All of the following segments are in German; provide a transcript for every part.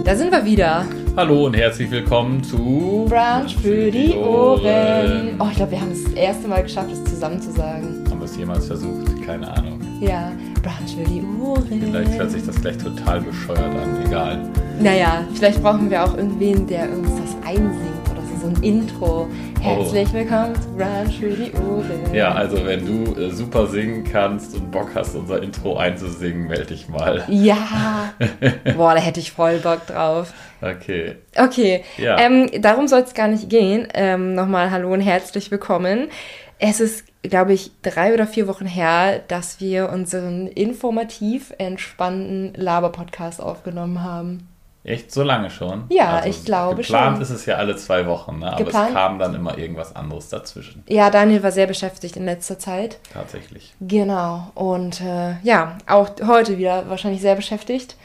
Da sind wir wieder. Hallo und herzlich willkommen zu Brunch für die Ohren. Oh, ich glaube, wir haben es das erste Mal geschafft, es zusammen zu sagen. Haben wir es jemals versucht? Keine Ahnung. Ja, Brunch für die Ohren. Vielleicht hört sich das gleich total bescheuert an, egal. Naja, vielleicht brauchen wir auch irgendwen, der uns das einsingt oder so ein Intro. Herzlich willkommen zu Brunch für die Ohren. Ja, also wenn du super singen kannst und Bock hast, unser Intro einzusingen, melde dich mal. Ja, boah, da hätte ich voll Bock drauf. Okay. Ja. Darum soll es gar nicht gehen. Nochmal hallo und herzlich willkommen. Es ist, glaube ich, 3 oder 4 Wochen her, dass wir unseren informativ entspannten Laber-Podcast aufgenommen haben. Echt so lange schon? Ja, also ich glaube schon. Geplant ist es ja alle 2 Wochen, ne? Aber es kam dann immer irgendwas anderes dazwischen. Ja, Daniel war sehr beschäftigt in letzter Zeit. Tatsächlich. Genau. Und ja, auch heute wieder wahrscheinlich sehr beschäftigt.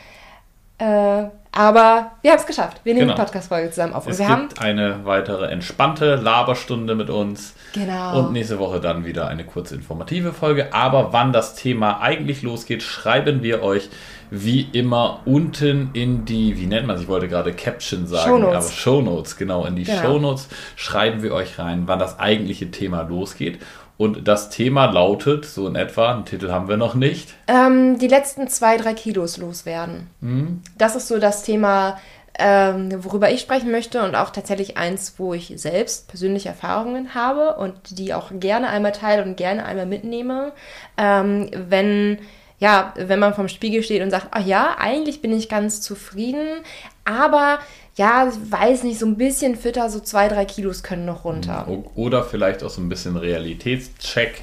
Aber wir haben es geschafft. Wir nehmen die Podcast-Folge zusammen auf. Und es gibt eine weitere entspannte Laberstunde mit uns. Genau. Und nächste Woche dann wieder eine kurze informative Folge. Aber wann das Thema eigentlich losgeht, schreiben wir euch wie immer unten in die, wie nennt man es? Ich wollte gerade Caption sagen, Shownotes. aber Shownotes, genau. In die Shownotes schreiben wir euch rein, wann das eigentliche Thema losgeht. Und das Thema lautet, so in etwa, einen Titel haben wir noch nicht. Die letzten 2-3 Kilos loswerden. Das ist so das Thema, worüber ich sprechen möchte und auch tatsächlich eins, wo ich selbst persönliche Erfahrungen habe und die auch gerne einmal teile und gerne einmal mitnehme. Wenn man vorm Spiegel steht und sagt, ach ja, eigentlich bin ich ganz zufrieden, aber ja, ich weiß nicht, so ein bisschen fitter, so 2-3 Kilos können noch runter. Oder vielleicht auch so ein bisschen Realitätscheck.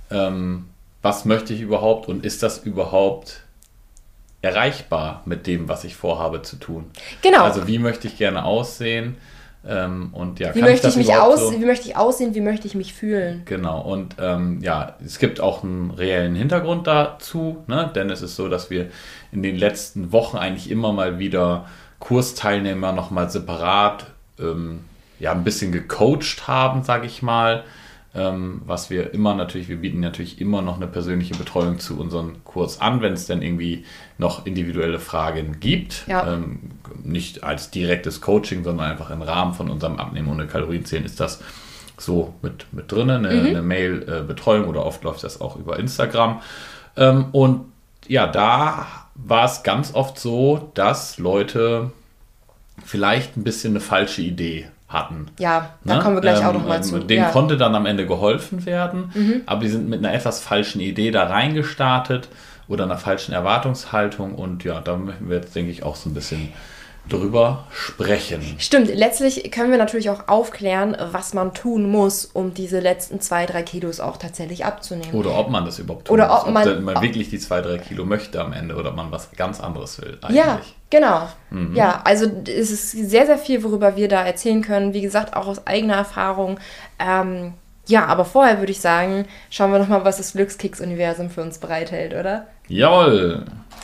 Was möchte ich überhaupt und ist das überhaupt erreichbar mit dem, was ich vorhabe zu tun? Genau. Also wie möchte ich gerne aussehen? Und ja, wie möchte ich aussehen, wie möchte ich mich fühlen? Genau, und es gibt auch einen reellen Hintergrund dazu, ne? Denn es ist so, dass wir in den letzten Wochen eigentlich immer mal wieder Kursteilnehmer nochmal separat ein bisschen gecoacht haben, sage ich mal. Was wir immer natürlich, wir bieten natürlich immer noch eine persönliche Betreuung zu unserem Kurs an, wenn es denn irgendwie noch individuelle Fragen gibt. Ja. Nicht als direktes Coaching, sondern einfach im Rahmen von unserem Abnehmen ohne Kalorien zählen ist das so mit drin, eine Mail-Betreuung oder oft läuft das auch über Instagram. Und ja, da war es ganz oft so, dass Leute vielleicht ein bisschen eine falsche Idee hatten. Ja, da kommen wir gleich auch nochmal zu. Denen konnte dann am Ende geholfen werden, aber die sind mit einer etwas falschen Idee da reingestartet oder einer falschen Erwartungshaltung und ja, da möchten wir jetzt, denke ich, auch so ein bisschen drüber sprechen. Stimmt, letztlich können wir natürlich auch aufklären, was man tun muss, um diese letzten 2-3 Kilos auch tatsächlich abzunehmen. Oder ob man das überhaupt tun muss. Ob man wirklich die 2-3 Kilo möchte am Ende oder ob man was ganz anderes will eigentlich. Ja, genau. Ja, also es ist sehr, sehr viel, worüber wir da erzählen können. Wie gesagt, auch aus eigener Erfahrung. Aber vorher würde ich sagen, schauen wir nochmal, was das Glückskeks-Universum für uns bereithält, oder? Jawohl!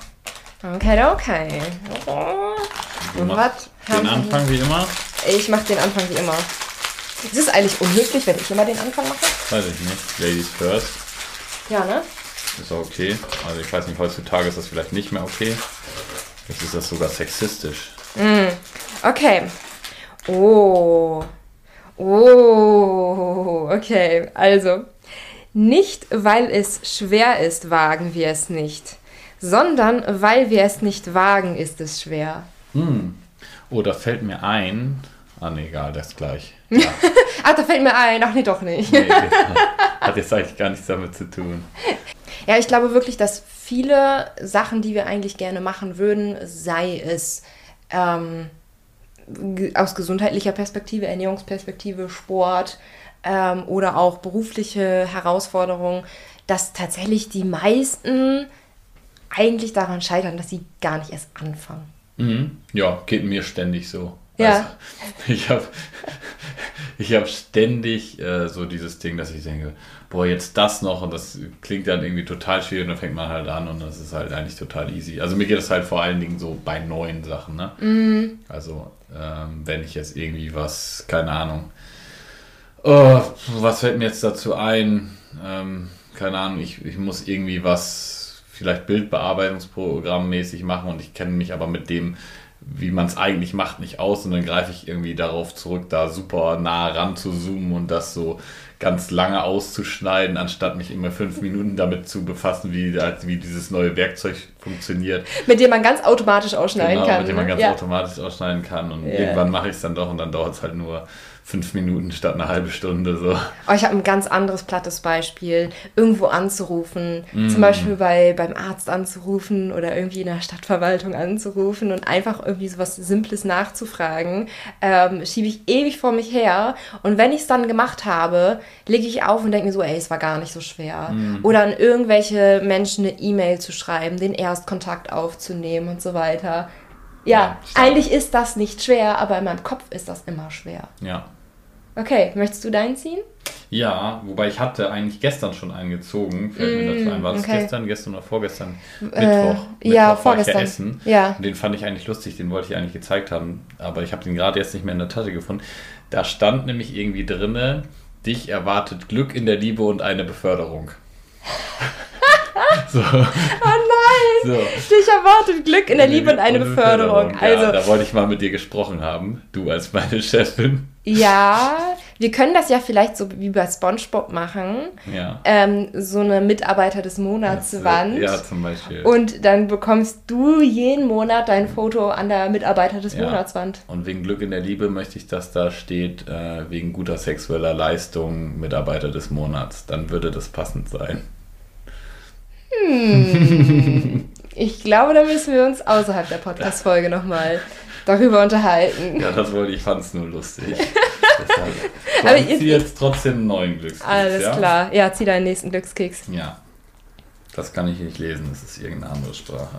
Okay. Und was? Den Anfang wie immer? Ich mache den Anfang wie immer. Ist es eigentlich unhöflich, wenn ich immer den Anfang mache? Weiß ich nicht. Ladies first. Ja, ne? Ist auch okay. Also ich weiß nicht, heutzutage ist das vielleicht nicht mehr okay. Jetzt ist das sogar sexistisch. Okay. Okay. Also, nicht weil es schwer ist, wagen wir es nicht, sondern weil wir es nicht wagen, ist es schwer. Da fällt mir ein. Nee, egal, das ist gleich. Ja. Ach, da fällt mir ein. Ach nee, doch nicht. Nee, hat jetzt eigentlich gar nichts damit zu tun. Ja, ich glaube wirklich, dass viele Sachen, die wir eigentlich gerne machen würden, sei es aus gesundheitlicher Perspektive, Ernährungsperspektive, Sport oder auch berufliche Herausforderungen, dass tatsächlich die meisten eigentlich daran scheitern, dass sie gar nicht erst anfangen. Ja, geht mir ständig so. Ja. Also, ich hab ständig so dieses Ding, dass ich denke, boah, jetzt das noch und das klingt dann irgendwie total schwierig und dann fängt man halt an und das ist halt eigentlich total easy. Also mir geht das halt vor allen Dingen so bei neuen Sachen, ne? Also wenn ich jetzt irgendwie was, keine Ahnung, was fällt mir jetzt dazu ein? Keine Ahnung, ich muss irgendwie was vielleicht Bildbearbeitungsprogrammmäßig machen und ich kenne mich aber mit dem wie man es eigentlich macht, nicht aus. Und dann greife ich irgendwie darauf zurück, da super nah ran zu zoomen und das so ganz lange auszuschneiden, anstatt mich immer 5 Minuten damit zu befassen, wie dieses neue Werkzeug funktioniert. Mit dem man ganz automatisch ausschneiden kann. Mit dem man ganz automatisch ausschneiden kann. Und irgendwann mache ich es dann doch und dann dauert es halt nur 5 Minuten statt eine halbe Stunde. So. Oh, ich habe ein ganz anderes plattes Beispiel. Irgendwo anzurufen, zum Beispiel beim Arzt anzurufen oder irgendwie in der Stadtverwaltung anzurufen und einfach irgendwie so was Simples nachzufragen, schiebe ich ewig vor mich her. Und wenn ich es dann gemacht habe, lege ich auf und denke mir so, ey, es war gar nicht so schwer. Oder an irgendwelche Menschen eine E-Mail zu schreiben, den Erstkontakt aufzunehmen und so weiter. Ja, eigentlich ist das nicht schwer, aber in meinem Kopf ist das immer schwer. Ja. Okay, möchtest du deinen ziehen? Ja, wobei ich hatte eigentlich gestern schon einen gezogen. Fällt mir dazu ein. War das gestern oder vorgestern? Mittwoch. Ja, Mittwoch war ich vorgestern. ja essen. Ja. Und den fand ich eigentlich lustig, den wollte ich eigentlich gezeigt haben. Aber ich habe den gerade jetzt nicht mehr in der Tasche gefunden. Da stand nämlich irgendwie drinne, dich erwartet Glück in der Liebe und eine Beförderung. So. Oh nein! So. Dich erwartet Glück in der Liebe und eine Beförderung. Ja, Also, da wollte ich mal mit dir gesprochen haben, du als meine Chefin. ja, wir können das ja vielleicht so wie bei SpongeBob machen. Ja. So eine Mitarbeiter des Monats Wand. Ja, zum Beispiel. Und dann bekommst du jeden Monat dein Foto an der Mitarbeiter des Monats Wand. Und wegen Glück in der Liebe möchte ich, dass da steht, wegen guter sexueller Leistung Mitarbeiter des Monats. Dann würde das passend sein. Ich glaube, da müssen wir uns außerhalb der Podcast-Folge nochmal darüber unterhalten. Ja, das wollte ich, fand es nur lustig. Aber ich ziehe jetzt trotzdem einen neuen Glückskeks. Alles klar. Ja, zieh deinen nächsten Glückskeks. Ja. Das kann ich nicht lesen, das ist irgendeine andere Sprache.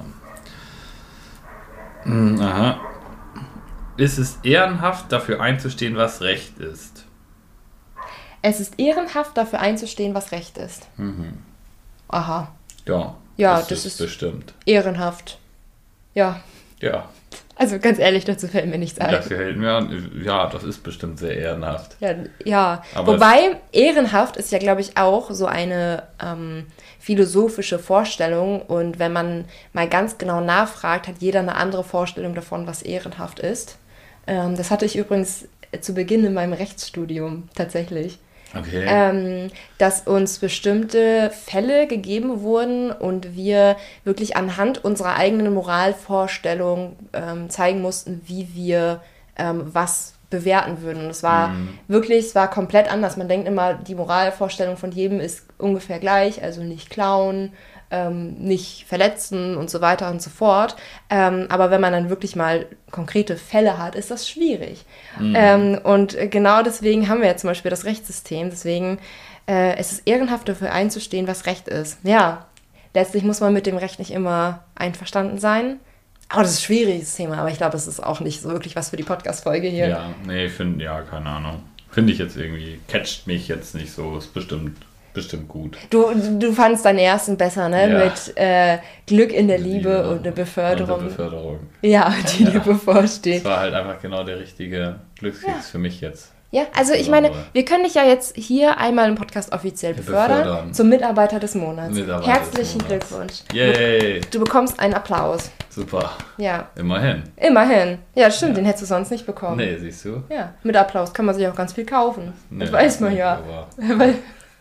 Aha. Ist es ehrenhaft, dafür einzustehen, was Recht ist? Es ist ehrenhaft, dafür einzustehen, was Recht ist. Aha. Ja, das ist bestimmt. Ehrenhaft. Ja. Ja. Also ganz ehrlich, dazu fällt mir nichts ein. Dafür hält mir, ja, das ist bestimmt sehr ehrenhaft. Ja. Aber wobei ehrenhaft ist ja, glaube ich, auch so eine philosophische Vorstellung. Und wenn man mal ganz genau nachfragt, hat jeder eine andere Vorstellung davon, was ehrenhaft ist. Das hatte ich übrigens zu Beginn in meinem Rechtsstudium tatsächlich. Okay. Dass uns bestimmte Fälle gegeben wurden und wir wirklich anhand unserer eigenen Moralvorstellung zeigen mussten, wie wir was bewerten würden. Und es war wirklich, es war komplett anders. Man denkt immer, die Moralvorstellung von jedem ist ungefähr gleich, also nicht klauen, nicht verletzen und so weiter und so fort. Aber wenn man dann wirklich mal konkrete Fälle hat, ist das schwierig. Und genau deswegen haben wir ja zum Beispiel das Rechtssystem. Deswegen es ist ehrenhaft, dafür einzustehen, was Recht ist. Ja, letztlich muss man mit dem Recht nicht immer einverstanden sein. Aber das ist ein schwieriges Thema. Aber ich glaube, das ist auch nicht so wirklich was für die Podcast-Folge hier. Ja, nee, keine Ahnung. Finde ich jetzt irgendwie, catcht mich jetzt nicht so. Ist bestimmt gut. Du fandst deinen ersten besser, ne? Ja. Mit Glück in der Liebe und eine Beförderung. Und eine Beförderung. Ja, die dir bevorsteht. Das war halt einfach genau der richtige Glückskeks für mich jetzt. Ja, also ich meine, wir können dich ja jetzt hier einmal im Podcast offiziell befördern zum Mitarbeiter des Monats. Herzlichen Glückwunsch. Yay! Du bekommst einen Applaus. Super. Ja. Immerhin. Ja, stimmt, den hättest du sonst nicht bekommen. Nee, siehst du? Ja, mit Applaus kann man sich auch ganz viel kaufen. Das weiß man ja. Aber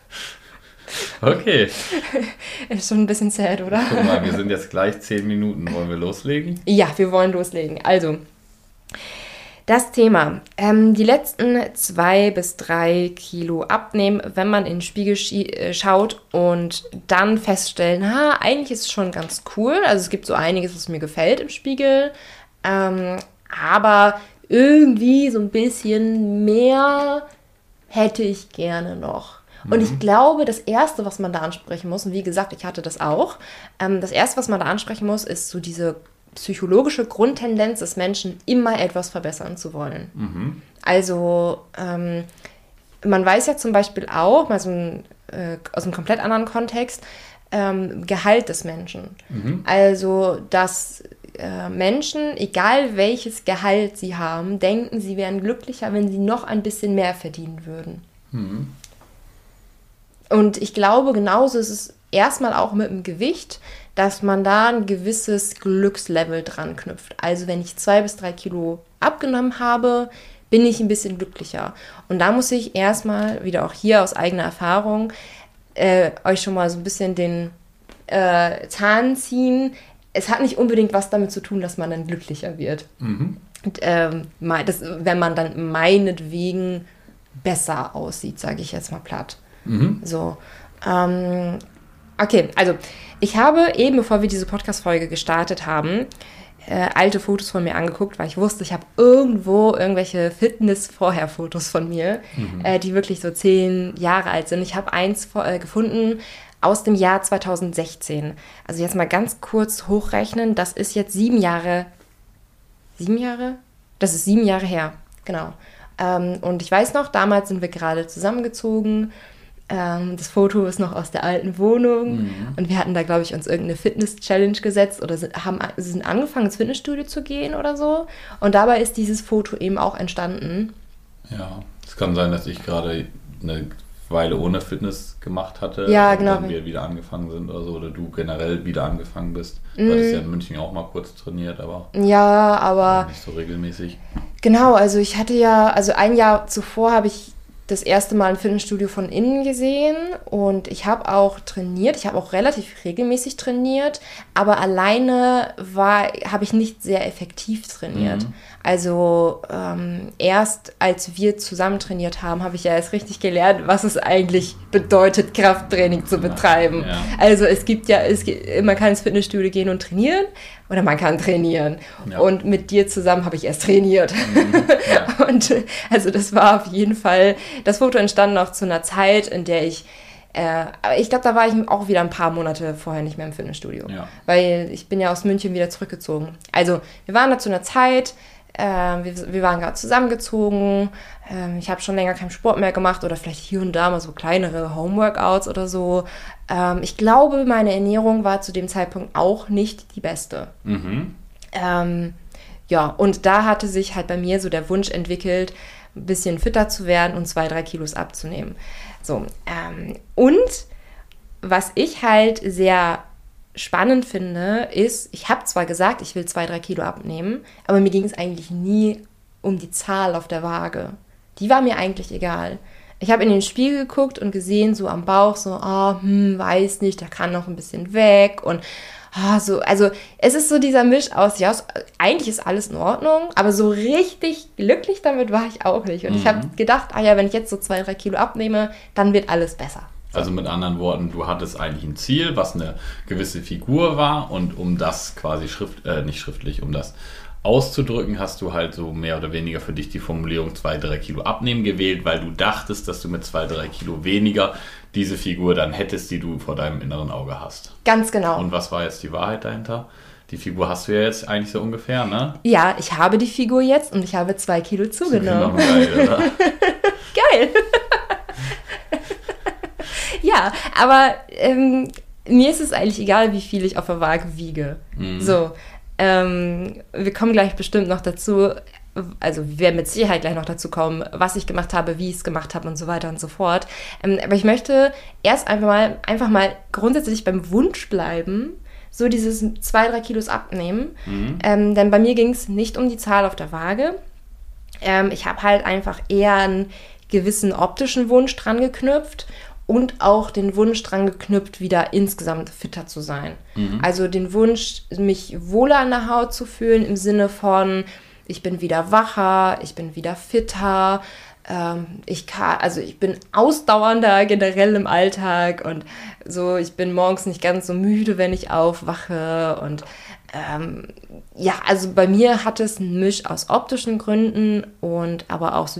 okay. Ist schon ein bisschen sad, oder? Guck mal, wir sind jetzt gleich 10 Minuten. Wollen wir loslegen? Ja, wir wollen loslegen. Also, das Thema. Die letzten 2 bis 3 Kilo abnehmen, wenn man in den Spiegel schaut und dann feststellen, eigentlich ist es schon ganz cool. Also es gibt so einiges, was mir gefällt im Spiegel. Aber irgendwie so ein bisschen mehr hätte ich gerne noch. Und ich glaube, das Erste, was man da ansprechen muss, und wie gesagt, ich hatte das auch, das Erste, was man da ansprechen muss, ist so diese psychologische Grundtendenz des Menschen, immer etwas verbessern zu wollen. Also man weiß ja zum Beispiel auch, mal so aus einem komplett anderen Kontext, Gehalt des Menschen. Also, dass Menschen, egal welches Gehalt sie haben, denken, sie wären glücklicher, wenn sie noch ein bisschen mehr verdienen würden. Und ich glaube, genauso ist es erstmal auch mit dem Gewicht, dass man da ein gewisses Glückslevel dran knüpft. Also wenn ich 2 bis 3 Kilo abgenommen habe, bin ich ein bisschen glücklicher. Und da muss ich erstmal, wieder auch hier aus eigener Erfahrung, euch schon mal so ein bisschen den Zahn ziehen. Es hat nicht unbedingt was damit zu tun, dass man dann glücklicher wird. Und, wenn man dann meinetwegen besser aussieht, sage ich jetzt mal platt. So. Okay, also ich habe eben, bevor wir diese Podcast-Folge gestartet haben, alte Fotos von mir angeguckt, weil ich wusste, ich habe irgendwo irgendwelche Fitness-Vorher-Fotos von mir, die wirklich so 10 Jahre alt sind. Ich habe eins gefunden aus dem Jahr 2016. Also jetzt mal ganz kurz hochrechnen, das ist jetzt 7 Jahre. 7 Jahre? Das ist 7 Jahre her, genau. Und ich weiß noch, damals sind wir gerade zusammengezogen. Das Foto ist noch aus der alten Wohnung und wir hatten da, glaube ich, uns irgendeine Fitness-Challenge gesetzt oder sind angefangen, ins Fitnessstudio zu gehen oder so. Und dabei ist dieses Foto eben auch entstanden. Ja, es kann sein, dass ich gerade eine Weile ohne Fitness gemacht hatte ja, und genau. Dann wir wieder angefangen sind oder so, oder du generell wieder angefangen bist. Du hattest ja in München auch mal kurz trainiert, aber nicht so regelmäßig. Genau, also ich hatte ja, also ein Jahr zuvor habe ich das erste Mal ein Fitnessstudio von innen gesehen und ich habe auch trainiert, ich habe auch relativ regelmäßig trainiert, aber alleine habe ich nicht sehr effektiv trainiert. Also erst als wir zusammen trainiert haben, habe ich ja erst richtig gelernt, was es eigentlich bedeutet, Krafttraining zu betreiben. Ja. Also man kann ins Fitnessstudio gehen und trainieren oder man kann trainieren. Ja. Und mit dir zusammen habe ich erst trainiert. Ja. Und also das war auf jeden Fall, das Foto entstand noch zu einer Zeit, in der ich glaube, da war ich auch wieder ein paar Monate vorher nicht mehr im Fitnessstudio. Ja. Weil ich bin ja aus München wieder zurückgezogen. Also wir waren da zu einer Zeit, wir waren gerade zusammengezogen, ich habe schon länger keinen Sport mehr gemacht oder vielleicht hier und da mal so kleinere Homeworkouts oder so. Ich glaube, meine Ernährung war zu dem Zeitpunkt auch nicht die beste. Ja, und da hatte sich halt bei mir so der Wunsch entwickelt, ein bisschen fitter zu werden und 2-3 Kilos abzunehmen. So, und was ich halt sehr spannend finde, ist, ich habe zwar gesagt, ich will 2-3 Kilo abnehmen, aber mir ging es eigentlich nie um die Zahl auf der Waage. Die war mir eigentlich egal. Ich habe in den Spiegel geguckt und gesehen, so am Bauch, so, weiß nicht, da kann noch ein bisschen weg und so, also es ist so dieser Misch aus, ja, eigentlich ist alles in Ordnung, aber so richtig glücklich damit war ich auch nicht. Und ich habe gedacht, wenn ich jetzt so 2-3 Kilo abnehme, dann wird alles besser. Also mit anderen Worten, du hattest eigentlich ein Ziel, was eine gewisse Figur war und um das quasi um das auszudrücken, hast du halt so mehr oder weniger für dich die Formulierung 2-3 Kilo abnehmen gewählt, weil du dachtest, dass du mit 2-3 Kilo weniger diese Figur dann hättest, die du vor deinem inneren Auge hast. Ganz genau. Und was war jetzt die Wahrheit dahinter? Die Figur hast du ja jetzt eigentlich so ungefähr, ne? Ja, ich habe die Figur jetzt und ich habe 2 Kilo zugenommen. Geil, oder? Geil. Ja, aber mir ist es eigentlich egal, wie viel ich auf der Waage wiege. So, wir kommen gleich bestimmt noch dazu, also wir werden mit Sicherheit gleich noch dazu kommen, was ich gemacht habe, wie ich es gemacht habe und so weiter und so fort. Aber ich möchte erst einfach mal grundsätzlich beim Wunsch bleiben, so dieses 2-3 Kilos abnehmen. Denn bei mir ging es nicht um die Zahl auf der Waage. Ich habe halt einfach eher einen gewissen optischen Wunsch dran geknüpft und auch den Wunsch dran geknüpft, wieder insgesamt fitter zu sein. Also den Wunsch, mich wohler an der Haut zu fühlen, im Sinne von, ich bin wieder wacher, ich bin wieder fitter, ich bin ausdauernder generell im Alltag und so, ich bin morgens nicht ganz so müde, wenn ich aufwache und also bei mir hat es einen Misch aus optischen Gründen und aber auch so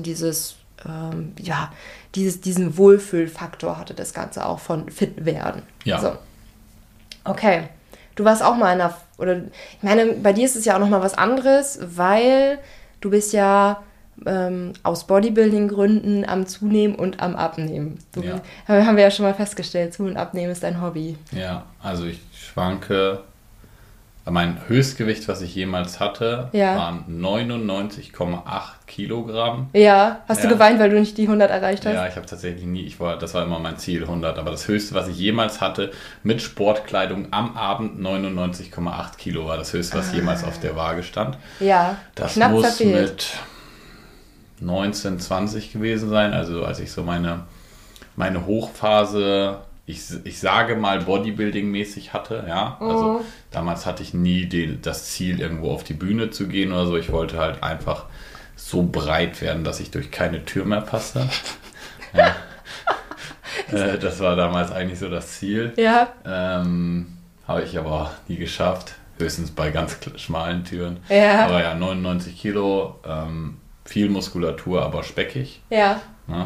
diesen Wohlfühlfaktor hatte das Ganze auch von fit werden. Ja. So. Okay. Du warst auch mal ich meine, bei dir ist es ja auch nochmal was anderes, weil du bist ja aus Bodybuilding-Gründen am Zunehmen und am Abnehmen. Haben wir ja schon mal festgestellt, Zu- und Abnehmen ist dein Hobby. Ja, also ich schwanke mein Höchstgewicht, was ich jemals hatte, waren 99,8 Kilogramm. Ja, hast du geweint, weil du nicht die 100 erreicht hast? Ja, ich habe tatsächlich das war immer mein Ziel, 100. Aber das Höchste, was ich jemals hatte, mit Sportkleidung am Abend, 99,8 Kilo war das Höchste, was jemals auf der Waage stand. Ja, das knapp muss verfehlt. Mit 19, 20 gewesen sein, also als ich so meine Hochphase, ich sage mal Bodybuilding-mäßig hatte, ja. Also damals hatte ich nie das Ziel, irgendwo auf die Bühne zu gehen oder so. Ich wollte halt einfach so breit werden, dass ich durch keine Tür mehr passe. Ja. Das war damals eigentlich so das Ziel. Ja. Habe ich aber nie geschafft. Höchstens bei ganz schmalen Türen. Ja. Aber ja, 99 Kilo, viel Muskulatur, aber speckig. Ja.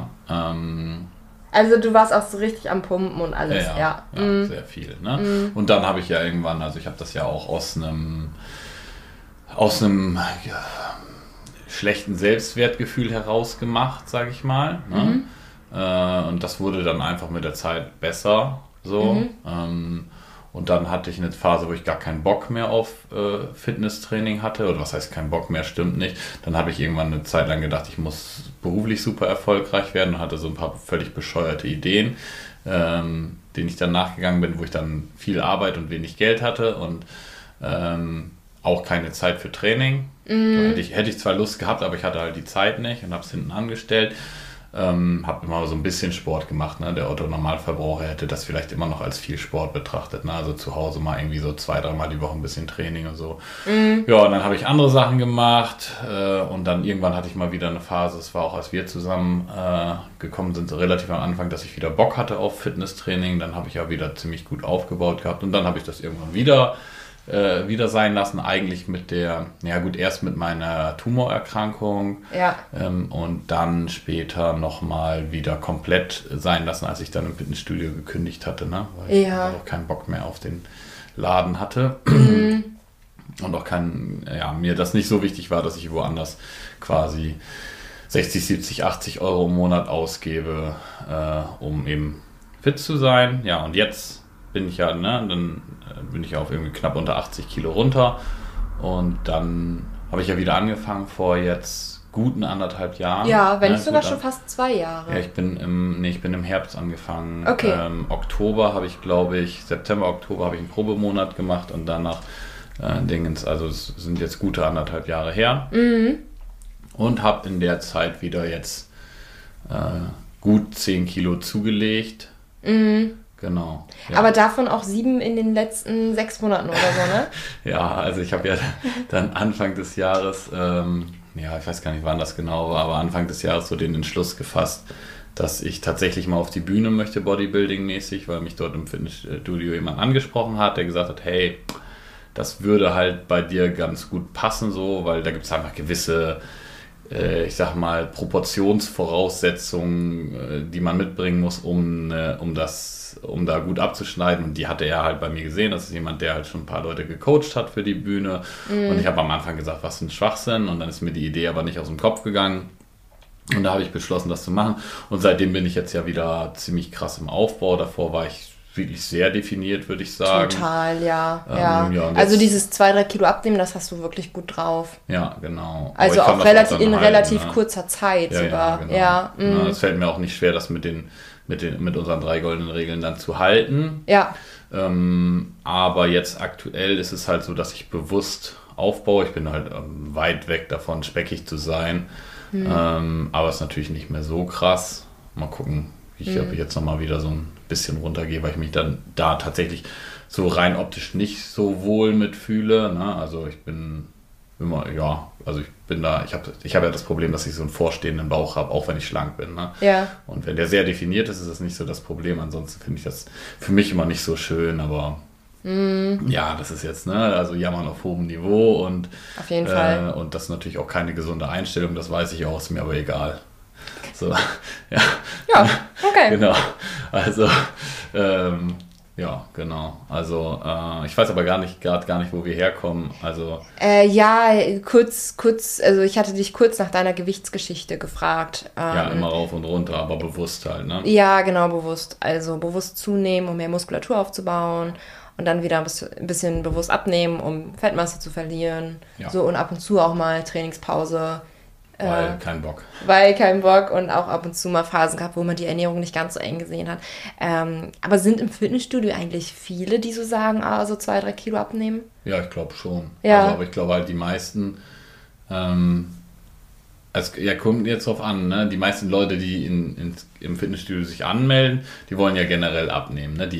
Also du warst auch so richtig am Pumpen und alles, ja. Sehr viel. Ne? Und dann habe ich ja irgendwann, also ich habe das ja auch aus einem schlechten Selbstwertgefühl heraus gemacht, sage ich mal. Ne? Und das wurde dann einfach mit der Zeit besser. So. Und dann hatte ich eine Phase, wo ich gar keinen Bock mehr auf Fitnesstraining hatte. Oder was heißt keinen Bock mehr, stimmt nicht. Dann habe ich irgendwann eine Zeit lang gedacht, ich muss beruflich super erfolgreich werden und hatte so ein paar völlig bescheuerte Ideen, denen ich dann nachgegangen bin, wo ich dann viel Arbeit und wenig Geld hatte und auch keine Zeit für Training. Hätte ich zwar Lust gehabt, aber ich hatte halt die Zeit nicht und habe es hinten angestellt. Habe immer so ein bisschen Sport gemacht. Ne? Der Otto-Normalverbraucher hätte das vielleicht immer noch als viel Sport betrachtet. Ne? Also zu Hause mal irgendwie so 2-3 Mal die Woche ein bisschen Training und so. Ja, und dann habe ich andere Sachen gemacht und dann irgendwann hatte ich mal wieder eine Phase, es war auch, als wir zusammen gekommen sind, so relativ am Anfang, dass ich wieder Bock hatte auf Fitnesstraining. Dann habe ich ja wieder ziemlich gut aufgebaut gehabt und dann habe ich das irgendwann wieder sein lassen, eigentlich erst mit meiner Tumorerkrankung und dann später nochmal wieder komplett sein lassen, als ich dann im Fitnessstudio gekündigt hatte, ne? Weil ich auch keinen Bock mehr auf den Laden hatte und auch mir das nicht so wichtig war, dass ich woanders quasi 60, 70, 80 Euro im Monat ausgebe, um eben fit zu sein. Ja, und jetzt bin ich dann bin ich auf irgendwie knapp unter 80 Kilo runter und dann habe ich ja wieder angefangen vor jetzt guten 1,5 Jahren. Ja, wenn nicht sogar schon fast 2 Jahre. Ja, ich bin im Herbst angefangen. Okay. Oktober habe ich, glaube ich, September, Oktober habe ich einen Probemonat gemacht und danach also es sind jetzt gute 1,5 Jahre her und habe in der Zeit wieder jetzt gut 10 Kilo zugelegt. Genau. Ja. Aber davon auch 7 in den letzten 6 Monaten oder so, ne? Ja, also ich habe ja dann Anfang des Jahres, ich weiß gar nicht, wann das genau war, aber Anfang des Jahres so den Entschluss gefasst, dass ich tatsächlich mal auf die Bühne möchte, Bodybuilding-mäßig, weil mich dort im Fitnessstudio jemand angesprochen hat, der gesagt hat, hey, das würde halt bei dir ganz gut passen, so, weil da gibt es einfach gewisse ich sag mal, Proportionsvoraussetzungen, die man mitbringen muss, um da gut abzuschneiden. Und die hatte er halt bei mir gesehen. Das ist jemand, der halt schon ein paar Leute gecoacht hat für die Bühne. Und ich habe am Anfang gesagt, was für ein Schwachsinn. Und dann ist mir die Idee aber nicht aus dem Kopf gegangen. Und da habe ich beschlossen, das zu machen. Und seitdem bin ich jetzt ja wieder ziemlich krass im Aufbau. Davor war ich wirklich sehr definiert, würde ich sagen. Total, ja. Also dieses 2-3 Kilo abnehmen, das hast du wirklich gut drauf. Ja, genau. Also auch relativ kurzer Zeit sogar. Ja, genau. Es fällt mir auch nicht schwer, das mit unseren 3 goldenen Regeln dann zu halten. Ja. Aber jetzt aktuell ist es halt so, dass ich bewusst aufbaue. Ich bin halt weit weg davon, speckig zu sein. Aber es ist natürlich nicht mehr so krass. Mal gucken, wie ich jetzt nochmal wieder so ein bisschen runtergehe, weil ich mich dann da tatsächlich so rein optisch nicht so wohl mitfühle. Ne? Also ich bin immer, ich habe ja das Problem, dass ich so einen vorstehenden Bauch habe, auch wenn ich schlank bin. Ne? Ja. Und wenn der sehr definiert ist, ist das nicht so das Problem. Ansonsten finde ich das für mich immer nicht so schön, aber ja, das ist jetzt, also jammern auf hohem Niveau und auf jeden Fall. Und das ist natürlich auch keine gesunde Einstellung, das weiß ich auch, ist mir aber egal. So, ja. Ja, okay. Genau. Also, genau. Also, ich weiß aber gar nicht, wo wir herkommen. Also. Kurz, also ich hatte dich kurz nach deiner Gewichtsgeschichte gefragt. Immer rauf und runter, aber bewusst halt, ne? Ja, genau, bewusst. Also bewusst zunehmen, um mehr Muskulatur aufzubauen. und dann wieder ein bisschen bewusst abnehmen, um Fettmasse zu verlieren. Ja. So, und ab und zu auch mal Trainingspause. Kein Bock. Weil kein Bock und auch ab und zu mal Phasen gehabt, wo man die Ernährung nicht ganz so eng gesehen hat. Aber sind im Fitnessstudio eigentlich viele, die so sagen, so 2-3 Kilo abnehmen? Ja, ich glaube schon. Ja. Also, aber ich glaube halt die meisten, kommt jetzt drauf an, ne? Die meisten Leute, die im Fitnessstudio sich anmelden, die wollen ja generell abnehmen. Ne? Die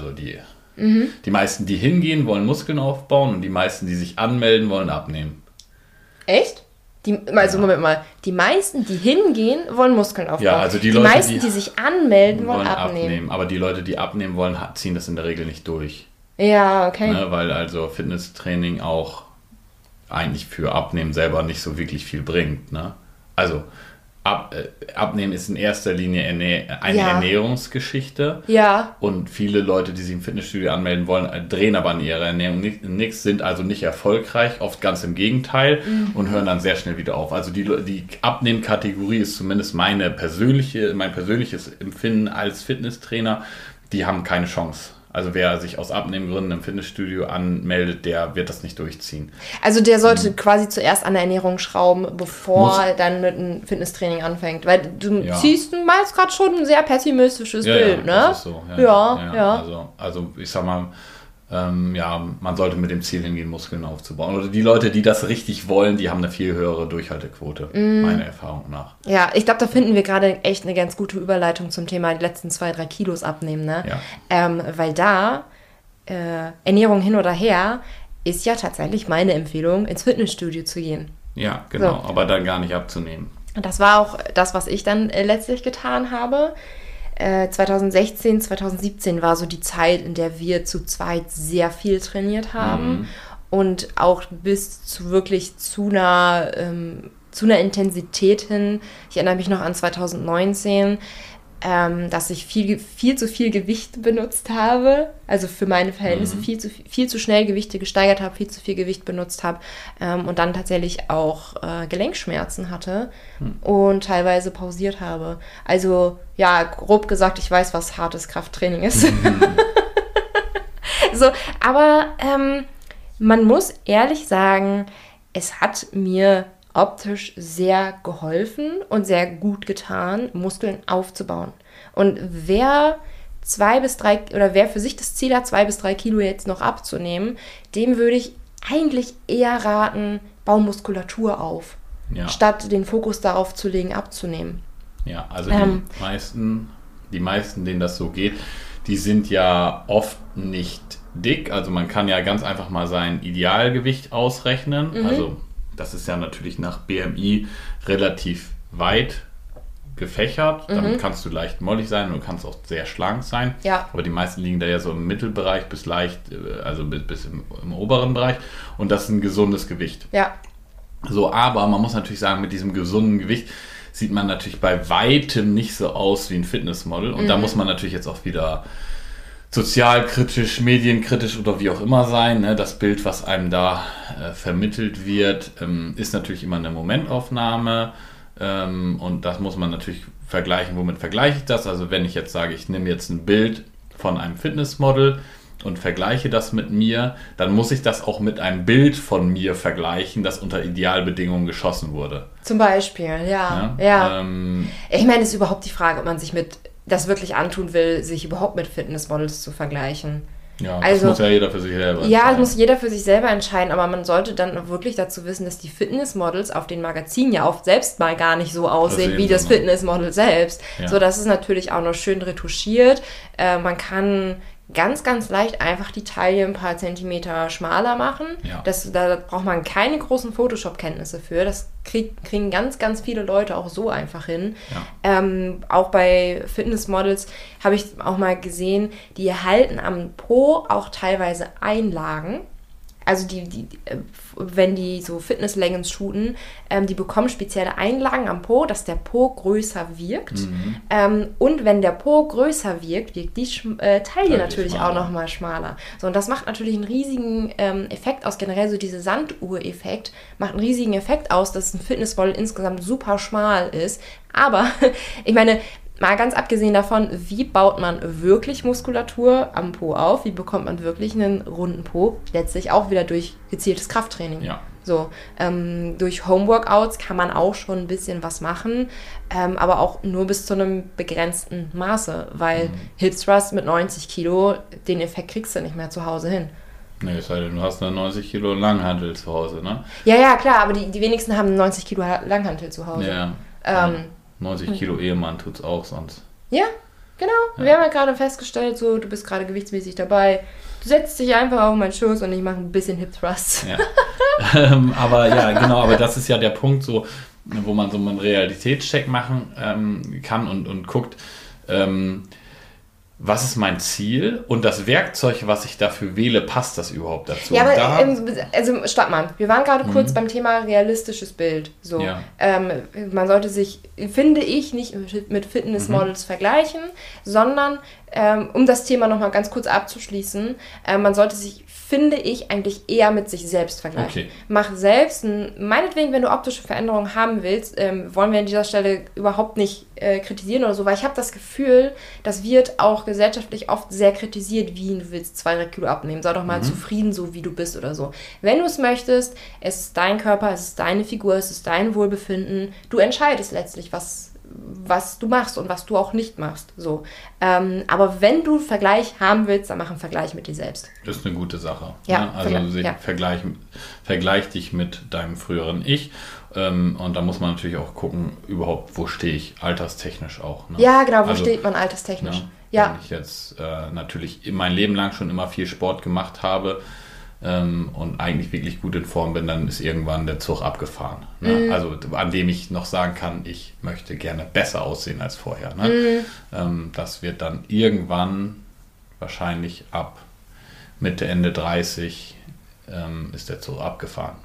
meisten, die hingehen, wollen Muskeln aufbauen und die meisten, die sich anmelden, wollen abnehmen. Echt? Moment mal. Die meisten, die hingehen, wollen Muskeln aufbauen. Ja, also die Leute, meisten, die sich anmelden, wollen abnehmen. Aber die Leute, die abnehmen wollen, ziehen das in der Regel nicht durch. Ja, okay. Ne? Weil also Fitnesstraining auch eigentlich für Abnehmen selber nicht so wirklich viel bringt. Ne? Also Abnehmen ist in erster Linie eine Ernährungsgeschichte. Ja. Und viele Leute, die sich im Fitnessstudio anmelden wollen, drehen aber an ihrer Ernährung nichts, sind also nicht erfolgreich, oft ganz im Gegenteil und hören dann sehr schnell wieder auf. Also die Abnehmen-Kategorie ist zumindest mein persönliches Empfinden als Fitnesstrainer, die haben keine Chance. Also wer sich aus Abnehmgründen im Fitnessstudio anmeldet, der wird das nicht durchziehen. Also der sollte quasi zuerst an der Ernährung schrauben, bevor er dann mit einem Fitnesstraining anfängt. Weil du malst gerade schon ein sehr pessimistisches Bild, ne? Das ist so. Ja. Also ich sag mal, man sollte mit dem Ziel hingehen, Muskeln aufzubauen. Oder die Leute, die das richtig wollen, die haben eine viel höhere Durchhaltequote, meiner Erfahrung nach. Ja, ich glaube, da finden wir gerade echt eine ganz gute Überleitung zum Thema die letzten 2-3 Kilos abnehmen, ne? Ja. Weil da Ernährung hin oder her ist ja tatsächlich meine Empfehlung, ins Fitnessstudio zu gehen. Ja, genau, aber dann gar nicht abzunehmen. Das war auch das, was ich dann letztlich getan habe. 2016, 2017 war so die Zeit, in der wir zu zweit sehr viel trainiert haben und auch bis zu wirklich zu einer Intensität hin. Ich erinnere mich noch an 2019, dass ich viel zu viel Gewicht benutzt habe, also für meine Verhältnisse viel zu schnell Gewichte gesteigert habe, viel zu viel Gewicht benutzt habe und dann tatsächlich auch Gelenkschmerzen hatte und teilweise pausiert habe. Also ja, grob gesagt, ich weiß, was hartes Krafttraining ist. So, aber man muss ehrlich sagen, es hat mir optisch sehr geholfen und sehr gut getan, Muskeln aufzubauen. Und wer für sich das Ziel hat, 2 bis 3 Kilo jetzt noch abzunehmen, dem würde ich eigentlich eher raten, bau Muskulatur auf, statt den Fokus darauf zu legen, abzunehmen. Ja, also die meisten, denen das so geht, die sind ja oft nicht dick. Also man kann ja ganz einfach mal sein Idealgewicht ausrechnen. Also das ist ja natürlich nach BMI relativ weit gefächert. Damit kannst du leicht mollig sein und du kannst auch sehr schlank sein. Ja. Aber die meisten liegen da ja so im Mittelbereich bis leicht, also bis im oberen Bereich. Und das ist ein gesundes Gewicht. Ja. So, aber man muss natürlich sagen, mit diesem gesunden Gewicht sieht man natürlich bei weitem nicht so aus wie ein Fitnessmodel. Und da muss man natürlich jetzt auch wieder sozialkritisch, medienkritisch oder wie auch immer sein. Ne? Das Bild, was einem da vermittelt wird, ist natürlich immer eine Momentaufnahme und das muss man natürlich vergleichen. Womit vergleiche ich das? Also wenn ich jetzt sage, ich nehme jetzt ein Bild von einem Fitnessmodel und vergleiche das mit mir, dann muss ich das auch mit einem Bild von mir vergleichen, das unter Idealbedingungen geschossen wurde. Zum Beispiel, ja. Ich meine, es ist überhaupt die Frage, ob man sich das wirklich antun will, sich überhaupt mit Fitnessmodels zu vergleichen. Ja, das muss ja jeder für sich selber entscheiden. Ja, das muss jeder für sich selber entscheiden, aber man sollte dann wirklich dazu wissen, dass die Fitnessmodels auf den Magazinen ja oft selbst mal gar nicht so aussehen wie das Fitnessmodel selbst. Ja. So, das ist natürlich auch noch schön retuschiert. Man kann ganz, ganz leicht einfach die Taille ein paar Zentimeter schmaler machen. Ja. Da braucht man keine großen Photoshop-Kenntnisse für. Das kriegen ganz, ganz viele Leute auch so einfach hin. Ja. Auch bei Fitnessmodels habe ich auch mal gesehen, die erhalten am Po auch teilweise Einlagen. Also wenn die so Fitness-Leggings shooten, die bekommen spezielle Einlagen am Po, dass der Po größer wirkt. Und wenn der Po größer wirkt die Taille natürlich auch nochmal schmaler. So, und das macht natürlich einen riesigen Effekt aus. Generell so dieser Sanduhr-Effekt macht einen riesigen Effekt aus, dass ein Fitnessmodel insgesamt super schmal ist. Aber ich meine, mal ganz abgesehen davon, wie baut man wirklich Muskulatur am Po auf, wie bekommt man wirklich einen runden Po, letztlich auch wieder durch gezieltes Krafttraining. Ja. So, durch Homeworkouts kann man auch schon ein bisschen was machen, aber auch nur bis zu einem begrenzten Maße, weil Hip Thrust mit 90 Kilo, den Effekt kriegst du nicht mehr zu Hause hin. Nee, es sei denn, du hast eine 90 Kilo Langhantel zu Hause, ne? Ja, klar, aber die wenigsten haben 90 Kilo Langhantel zu Hause. Ja. 90 Kilo Ehemann tut's auch sonst. Ja, genau. Ja. Wir haben ja gerade festgestellt, so, du bist gerade gewichtsmäßig dabei. Du setzt dich einfach auf meinen Schoß und ich mache ein bisschen Hip Thrusts. Ja. Aber ja, genau, aber das ist ja der Punkt, so, wo man so einen Realitätscheck machen kann und guckt, was ist mein Ziel und das Werkzeug, was ich dafür wähle, passt das überhaupt dazu? Ja, aber also stopp mal. Wir waren gerade kurz beim Thema realistisches Bild. So, ja. Man sollte sich, finde ich, nicht mit Fitnessmodels vergleichen, sondern, um das Thema nochmal ganz kurz abzuschließen, man sollte sich, finde ich, eigentlich eher mit sich selbst vergleichen. Okay. Mach selbst, meinetwegen, wenn du optische Veränderungen haben willst, wollen wir an dieser Stelle überhaupt nicht kritisieren oder so, weil ich habe das Gefühl, das wird auch gesellschaftlich oft sehr kritisiert, wie du willst 2-3 Kilo abnehmen, sei doch mal zufrieden, so wie du bist oder so. Wenn du es möchtest, es ist dein Körper, es ist deine Figur, es ist dein Wohlbefinden, du entscheidest letztlich, was du machst und was du auch nicht machst. So. Aber wenn du einen Vergleich haben willst, dann mach einen Vergleich mit dir selbst. Das ist eine gute Sache. Ja, ne? Also vergleich dich mit deinem früheren Ich. Und da muss man natürlich auch gucken, überhaupt, wo stehe ich alterstechnisch auch. Ne? Ja, genau, wo steht man alterstechnisch. Ne? Ja. Wenn ich jetzt natürlich mein Leben lang schon immer viel Sport gemacht habe, und eigentlich wirklich gut in Form bin, dann ist irgendwann der Zug abgefahren. Ne? Also an dem ich noch sagen kann, ich möchte gerne besser aussehen als vorher. Ne? Das wird dann irgendwann wahrscheinlich ab Mitte, Ende 30 ist der Zug abgefahren.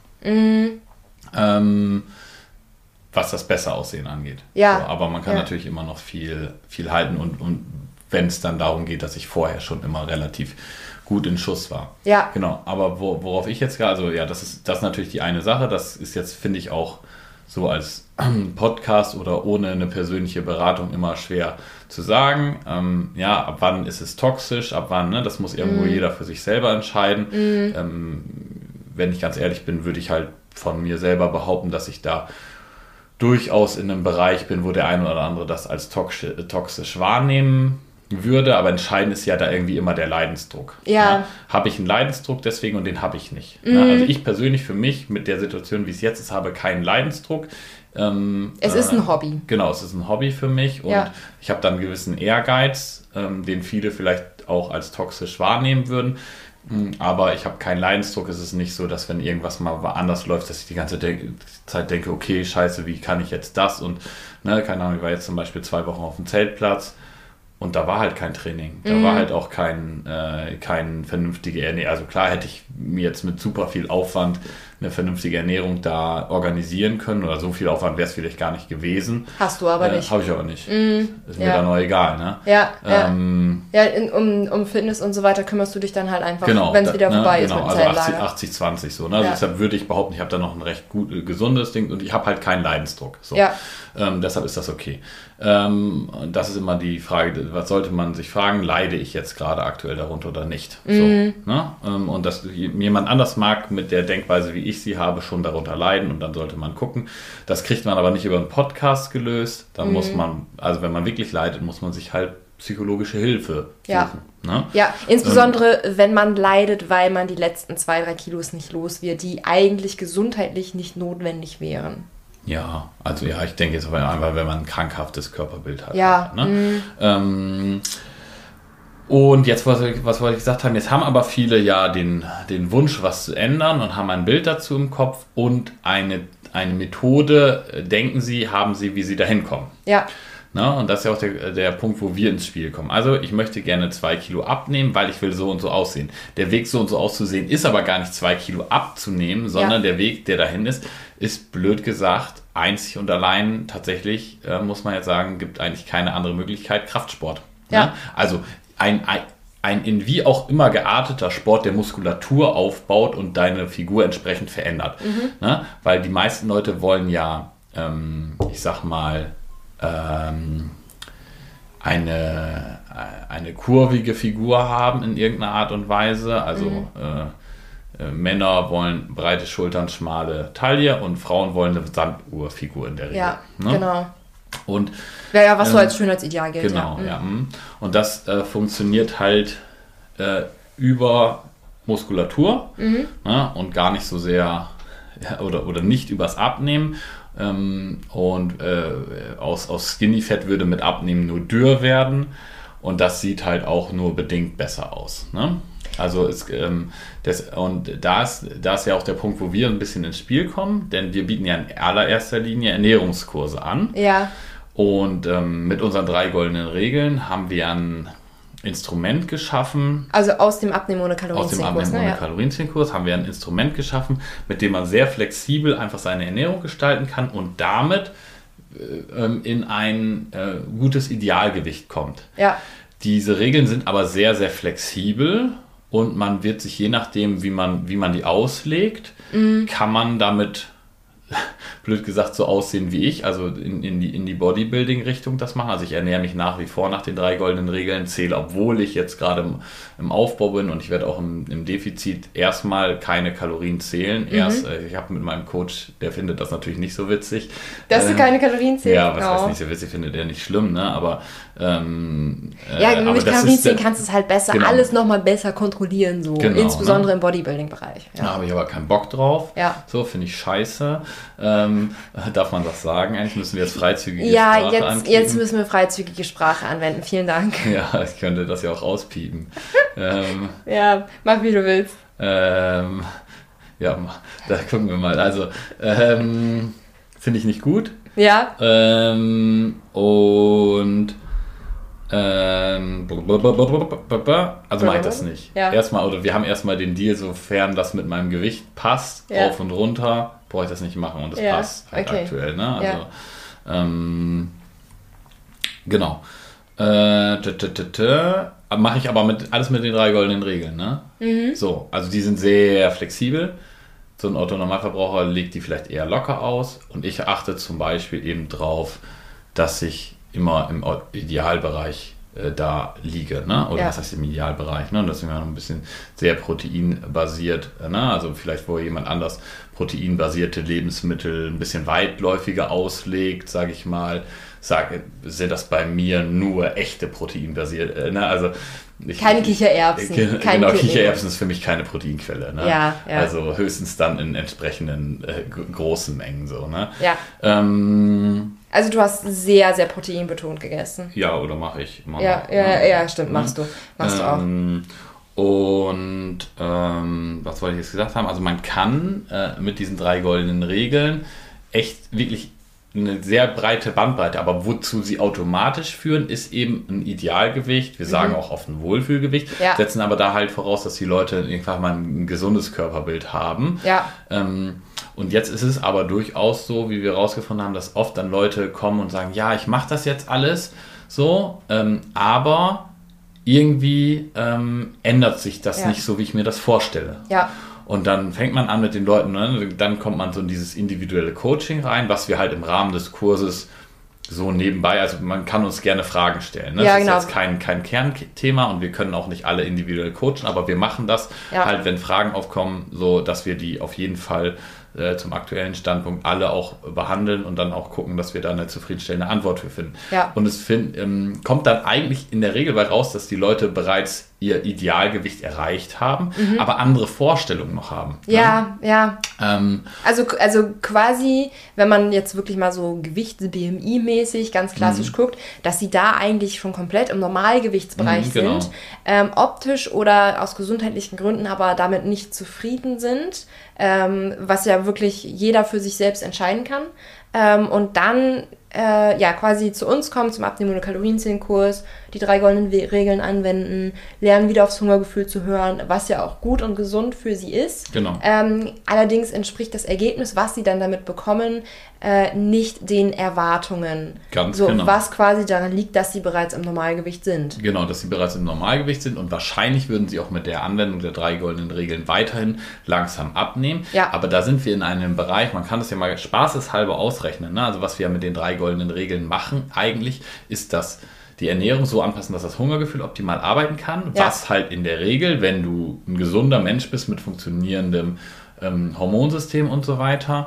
Was das besser Aussehen angeht. Ja. So, aber man kann natürlich immer noch viel halten und wenn es dann darum geht, dass ich vorher schon immer relativ gut in Schuss war. Ja. Genau, aber worauf ich jetzt gerade, also ja, das ist natürlich die eine Sache, das ist jetzt, finde ich, auch so als Podcast oder ohne eine persönliche Beratung immer schwer zu sagen. Ab wann ist es toxisch, ab wann, ne? Das muss irgendwo jeder für sich selber entscheiden. Wenn ich ganz ehrlich bin, würde ich halt von mir selber behaupten, dass ich da durchaus in einem Bereich bin, wo der eine oder andere das als toxisch wahrnehmen würde, aber entscheidend ist ja da irgendwie immer der Leidensdruck. Ja. Ne? Habe ich einen Leidensdruck deswegen und den habe ich nicht. Ne? Also ich persönlich für mich mit der Situation, wie es jetzt ist, habe keinen Leidensdruck. Es ist ein Hobby. Genau, es ist ein Hobby für mich und ich habe dann einen gewissen Ehrgeiz, den viele vielleicht auch als toxisch wahrnehmen würden. Aber ich habe keinen Leidensdruck. Es ist nicht so, dass wenn irgendwas mal anders läuft, dass ich die ganze Zeit denke, okay, scheiße, wie kann ich jetzt das? Und keine Ahnung, ich war jetzt zum Beispiel 2 Wochen auf dem Zeltplatz. Und da war halt kein Training. Da war halt auch kein vernünftige Ernährung. Also klar hätte ich mir jetzt mit super viel Aufwand eine vernünftige Ernährung da organisieren können. Oder so viel Aufwand wäre es vielleicht gar nicht gewesen. Hast du aber nicht. Habe ich aber nicht. Ist mir dann auch egal. Ne? Um Fitness und so weiter kümmerst du dich dann halt einfach, wenn es wieder vorbei ist mit dem Zeltlager. Also 80-20 so. Ne? Also deshalb würde ich behaupten, ich habe da noch ein recht gesundes Ding und ich habe halt keinen Leidensdruck. So. Ja. Deshalb ist das okay. Das ist immer die Frage, was sollte man sich fragen, leide ich jetzt gerade aktuell darunter oder nicht? So, ne? Und dass jemand anders mag mit der Denkweise, wie ich sie habe, schon darunter leiden und dann sollte man gucken. Das kriegt man aber nicht über einen Podcast gelöst. Dann muss man, also wenn man wirklich leidet, muss man sich halt psychologische Hilfe suchen. Ne? Ja, insbesondere wenn man leidet, weil man die letzten 2-3 Kilos nicht los wird, die eigentlich gesundheitlich nicht notwendig wären. Ja, also ich denke jetzt einfach, wenn man ein krankhaftes Körperbild hat. Ja. Ne? Und jetzt, was wollte ich gesagt haben, jetzt haben aber viele ja den Wunsch, was zu ändern und haben ein Bild dazu im Kopf und eine Methode, denken sie, haben sie, wie sie da hinkommen. Ja. Na, und das ist ja auch der Punkt, wo wir ins Spiel kommen. Also ich möchte gerne 2 Kilo abnehmen, weil ich will so und so aussehen. Der Weg, so und so auszusehen, ist aber gar nicht 2 Kilo abzunehmen, sondern der Weg, der dahin ist blöd gesagt, einzig und allein tatsächlich, muss man jetzt sagen, gibt eigentlich keine andere Möglichkeit, Kraftsport. Ja. Ne? Also ein in wie auch immer gearteter Sport, der Muskulatur aufbaut und deine Figur entsprechend verändert. Ne? Weil die meisten Leute wollen ja, ich sag mal, eine kurvige Figur haben in irgendeiner Art und Weise. Also Männer wollen breite Schultern, schmale Taille und Frauen wollen eine Sanduhrfigur in der Regel. Ja, ne? genau. Und, ja, was so als Schönheitsideal gilt. Genau, ja. Und das funktioniert halt über Muskulatur ne? Und gar nicht so sehr oder nicht übers Abnehmen. Und aus Skinny Fat würde mit Abnehmen nur dürr werden und das sieht halt auch nur bedingt besser aus. Ne? Also da ist ja auch der Punkt, wo wir ein bisschen ins Spiel kommen, denn wir bieten ja in allererster Linie Ernährungskurse an. Ja. Und mit unseren 3 goldenen Regeln haben wir ein Instrument geschaffen. Also aus dem Abnehmen ohne Kalorien-10-Kurs. Kalorien-10-Kurs haben wir ein Instrument geschaffen, mit dem man sehr flexibel einfach seine Ernährung gestalten kann und damit in ein gutes Idealgewicht kommt. Ja. Diese Regeln sind aber sehr, sehr flexibel und man wird sich je nachdem, wie man die auslegt, kann man damit blöd gesagt so aussehen wie ich, also in die Bodybuilding-Richtung das machen. Also ich ernähre mich nach wie vor nach den 3 goldenen Regeln, zähle, obwohl ich jetzt gerade im Aufbau bin und ich werde auch im Defizit erstmal keine Kalorien zählen. Ich habe mit meinem Coach, der findet das natürlich nicht so witzig. Dass du keine Kalorien zählst? Ja, was heißt nicht so witzig, findet er nicht schlimm, ne? Aber mit Kalorien zählen kannst du es halt besser, alles nochmal besser kontrollieren, so. Genau, insbesondere im Bodybuilding-Bereich. Ja. Da habe ich aber keinen Bock drauf. Ja. So, finde ich scheiße. Darf man das sagen? Eigentlich müssen wir jetzt freizügige Sprache anklicken. Jetzt müssen wir freizügige Sprache anwenden. Vielen Dank. Ja, ich könnte das ja auch rauspiepen. Ja, mach wie du willst. Ja, da gucken wir mal. Also, finde ich nicht gut. Ja. Also mache ich das nicht. Ja. Wir haben erstmal den Deal, sofern das mit meinem Gewicht passt, rauf und runter, brauche ich das nicht machen und das passt halt aktuell. Ne? Also, genau. Mache ich aber alles mit den 3 goldenen Regeln. Ne? So, also die sind sehr flexibel. So ein Otto-Normalverbraucher legt die vielleicht eher locker aus und ich achte zum Beispiel eben drauf, dass ich immer im Idealbereich da liege, ne? Oder was heißt im Idealbereich, ne? Und das ist immer noch ein bisschen sehr proteinbasiert, ne? Also vielleicht, wo jemand anders proteinbasierte Lebensmittel ein bisschen weitläufiger auslegt, sage ich mal, sind das bei mir nur echte proteinbasierte, ne? Also keine Kichererbsen. Genau, Kichererbsen ist für mich keine Proteinquelle. Ne? Ja. Also höchstens dann in entsprechenden großen Mengen so. Ne? Ja. Also du hast sehr, sehr proteinbetont gegessen. Ja, oder mache ich immer. Ja, stimmt, machst du auch. Und was wollte ich jetzt gesagt haben? Also man kann mit diesen 3 goldenen Regeln echt wirklich eine sehr breite Bandbreite, aber wozu sie automatisch führen, ist eben ein Idealgewicht. Wir sagen auch oft ein Wohlfühlgewicht, setzen aber da halt voraus, dass die Leute einfach mal ein gesundes Körperbild haben. Ja. Und jetzt ist es aber durchaus so, wie wir herausgefunden haben, dass oft dann Leute kommen und sagen, ja, ich mache das jetzt alles so, aber irgendwie ändert sich das nicht so, wie ich mir das vorstelle. Ja. Und dann fängt man an mit den Leuten, ne? Dann kommt man so in dieses individuelle Coaching rein, was wir halt im Rahmen des Kurses so nebenbei, also man kann uns gerne Fragen stellen. Ne? Ja, das genau. ist jetzt kein Kernthema und wir können auch nicht alle individuell coachen, aber wir machen das halt, wenn Fragen aufkommen, so dass wir die auf jeden Fall zum aktuellen Standpunkt alle auch behandeln und dann auch gucken, dass wir da eine zufriedenstellende Antwort für finden. Ja. Und es kommt dann eigentlich in der Regel bei raus, dass die Leute bereits ihr Idealgewicht erreicht haben, aber andere Vorstellungen noch haben. Ja, ne? Ja. Also quasi, wenn man jetzt wirklich mal so Gewichts-BMI-mäßig ganz klassisch guckt, dass sie da eigentlich schon komplett im Normalgewichtsbereich sind, optisch oder aus gesundheitlichen Gründen aber damit nicht zufrieden sind, was ja wirklich jeder für sich selbst entscheiden kann. Und dann quasi zu uns kommen, zum Abnehmen ohne Kalorien-10-Kurs, die 3 goldenen Regeln anwenden, lernen wieder aufs Hungergefühl zu hören, was ja auch gut und gesund für sie ist. Genau. Allerdings entspricht das Ergebnis, was sie dann damit bekommen, nicht den Erwartungen. Ganz genau. Was quasi daran liegt, dass sie bereits im Normalgewicht sind. Genau, dass sie bereits im Normalgewicht sind und wahrscheinlich würden sie auch mit der Anwendung der 3 goldenen Regeln weiterhin langsam abnehmen. Ja. Aber da sind wir in einem Bereich, man kann das ja mal spaßeshalber ausrechnen. Ne? Also was wir mit den 3 goldenen Regeln machen eigentlich, ist, dass die Ernährung so anpassen, dass das Hungergefühl optimal arbeiten kann, was halt in der Regel, wenn du ein gesunder Mensch bist mit funktionierendem Hormonsystem und so weiter,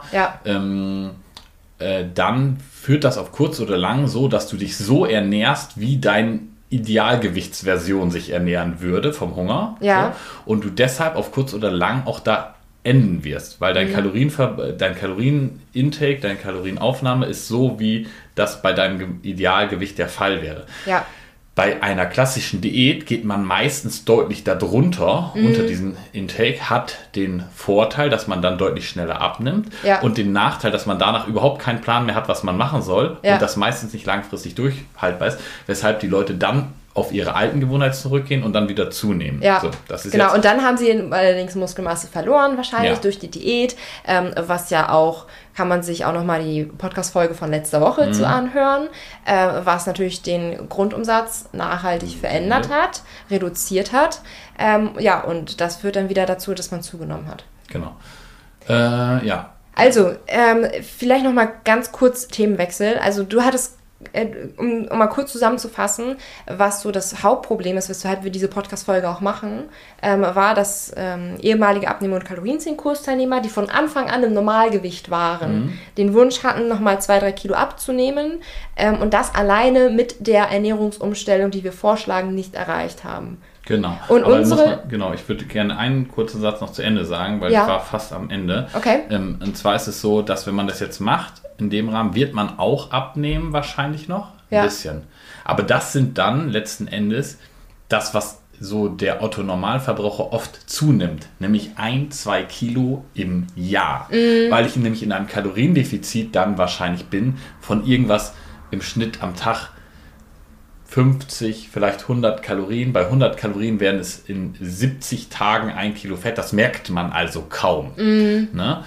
dann führt das auf kurz oder lang so, dass du dich so ernährst, wie dein Idealgewichtsversion sich ernähren würde vom Hunger. So, und du deshalb auf kurz oder lang auch da enden wirst, weil dein Kalorienintake, deine Kalorienaufnahme ist so, wie das bei deinem Idealgewicht der Fall wäre. Ja. Bei einer klassischen Diät geht man meistens deutlich darunter, unter diesen Intake, hat den Vorteil, dass man dann deutlich schneller abnimmt und den Nachteil, dass man danach überhaupt keinen Plan mehr hat, was man machen soll und das meistens nicht langfristig durchhaltbar ist, weshalb die Leute dann auf ihre alten Gewohnheiten zurückgehen und dann wieder zunehmen. Ja, so, das ist genau. Und dann haben sie allerdings Muskelmasse verloren, wahrscheinlich durch die Diät, was ja auch, kann man sich auch nochmal die Podcast-Folge von letzter Woche zu anhören, was natürlich den Grundumsatz nachhaltig verändert hat, reduziert hat. Und das führt dann wieder dazu, dass man zugenommen hat. Genau. Also, vielleicht nochmal ganz kurz Themenwechsel. Also du hattest um mal kurz zusammenzufassen, was so das Hauptproblem ist, weshalb wir diese Podcast-Folge auch machen, war, dass ehemalige Abnehmen- und Kalorienzählen-Kursteilnehmer, die von Anfang an im Normalgewicht waren, den Wunsch hatten, nochmal 2-3 Kilo abzunehmen und das alleine mit der Ernährungsumstellung, die wir vorschlagen, nicht erreicht haben. Genau. Und aber ich würde gerne einen kurzen Satz noch zu Ende sagen, weil ich war fast am Ende. Okay. Und zwar ist es so, dass wenn man das jetzt macht, in dem Rahmen wird man auch abnehmen wahrscheinlich noch. Ein bisschen. Aber das sind dann letzten Endes das, was so der Otto-Normalverbraucher oft zunimmt, nämlich 1-2 Kilo im Jahr. Weil ich nämlich in einem Kaloriendefizit dann wahrscheinlich bin von irgendwas im Schnitt am Tag 50, vielleicht 100 Kalorien. Bei 100 Kalorien wären es in 70 Tagen 1 Kilo Fett. Das merkt man also kaum. Ne?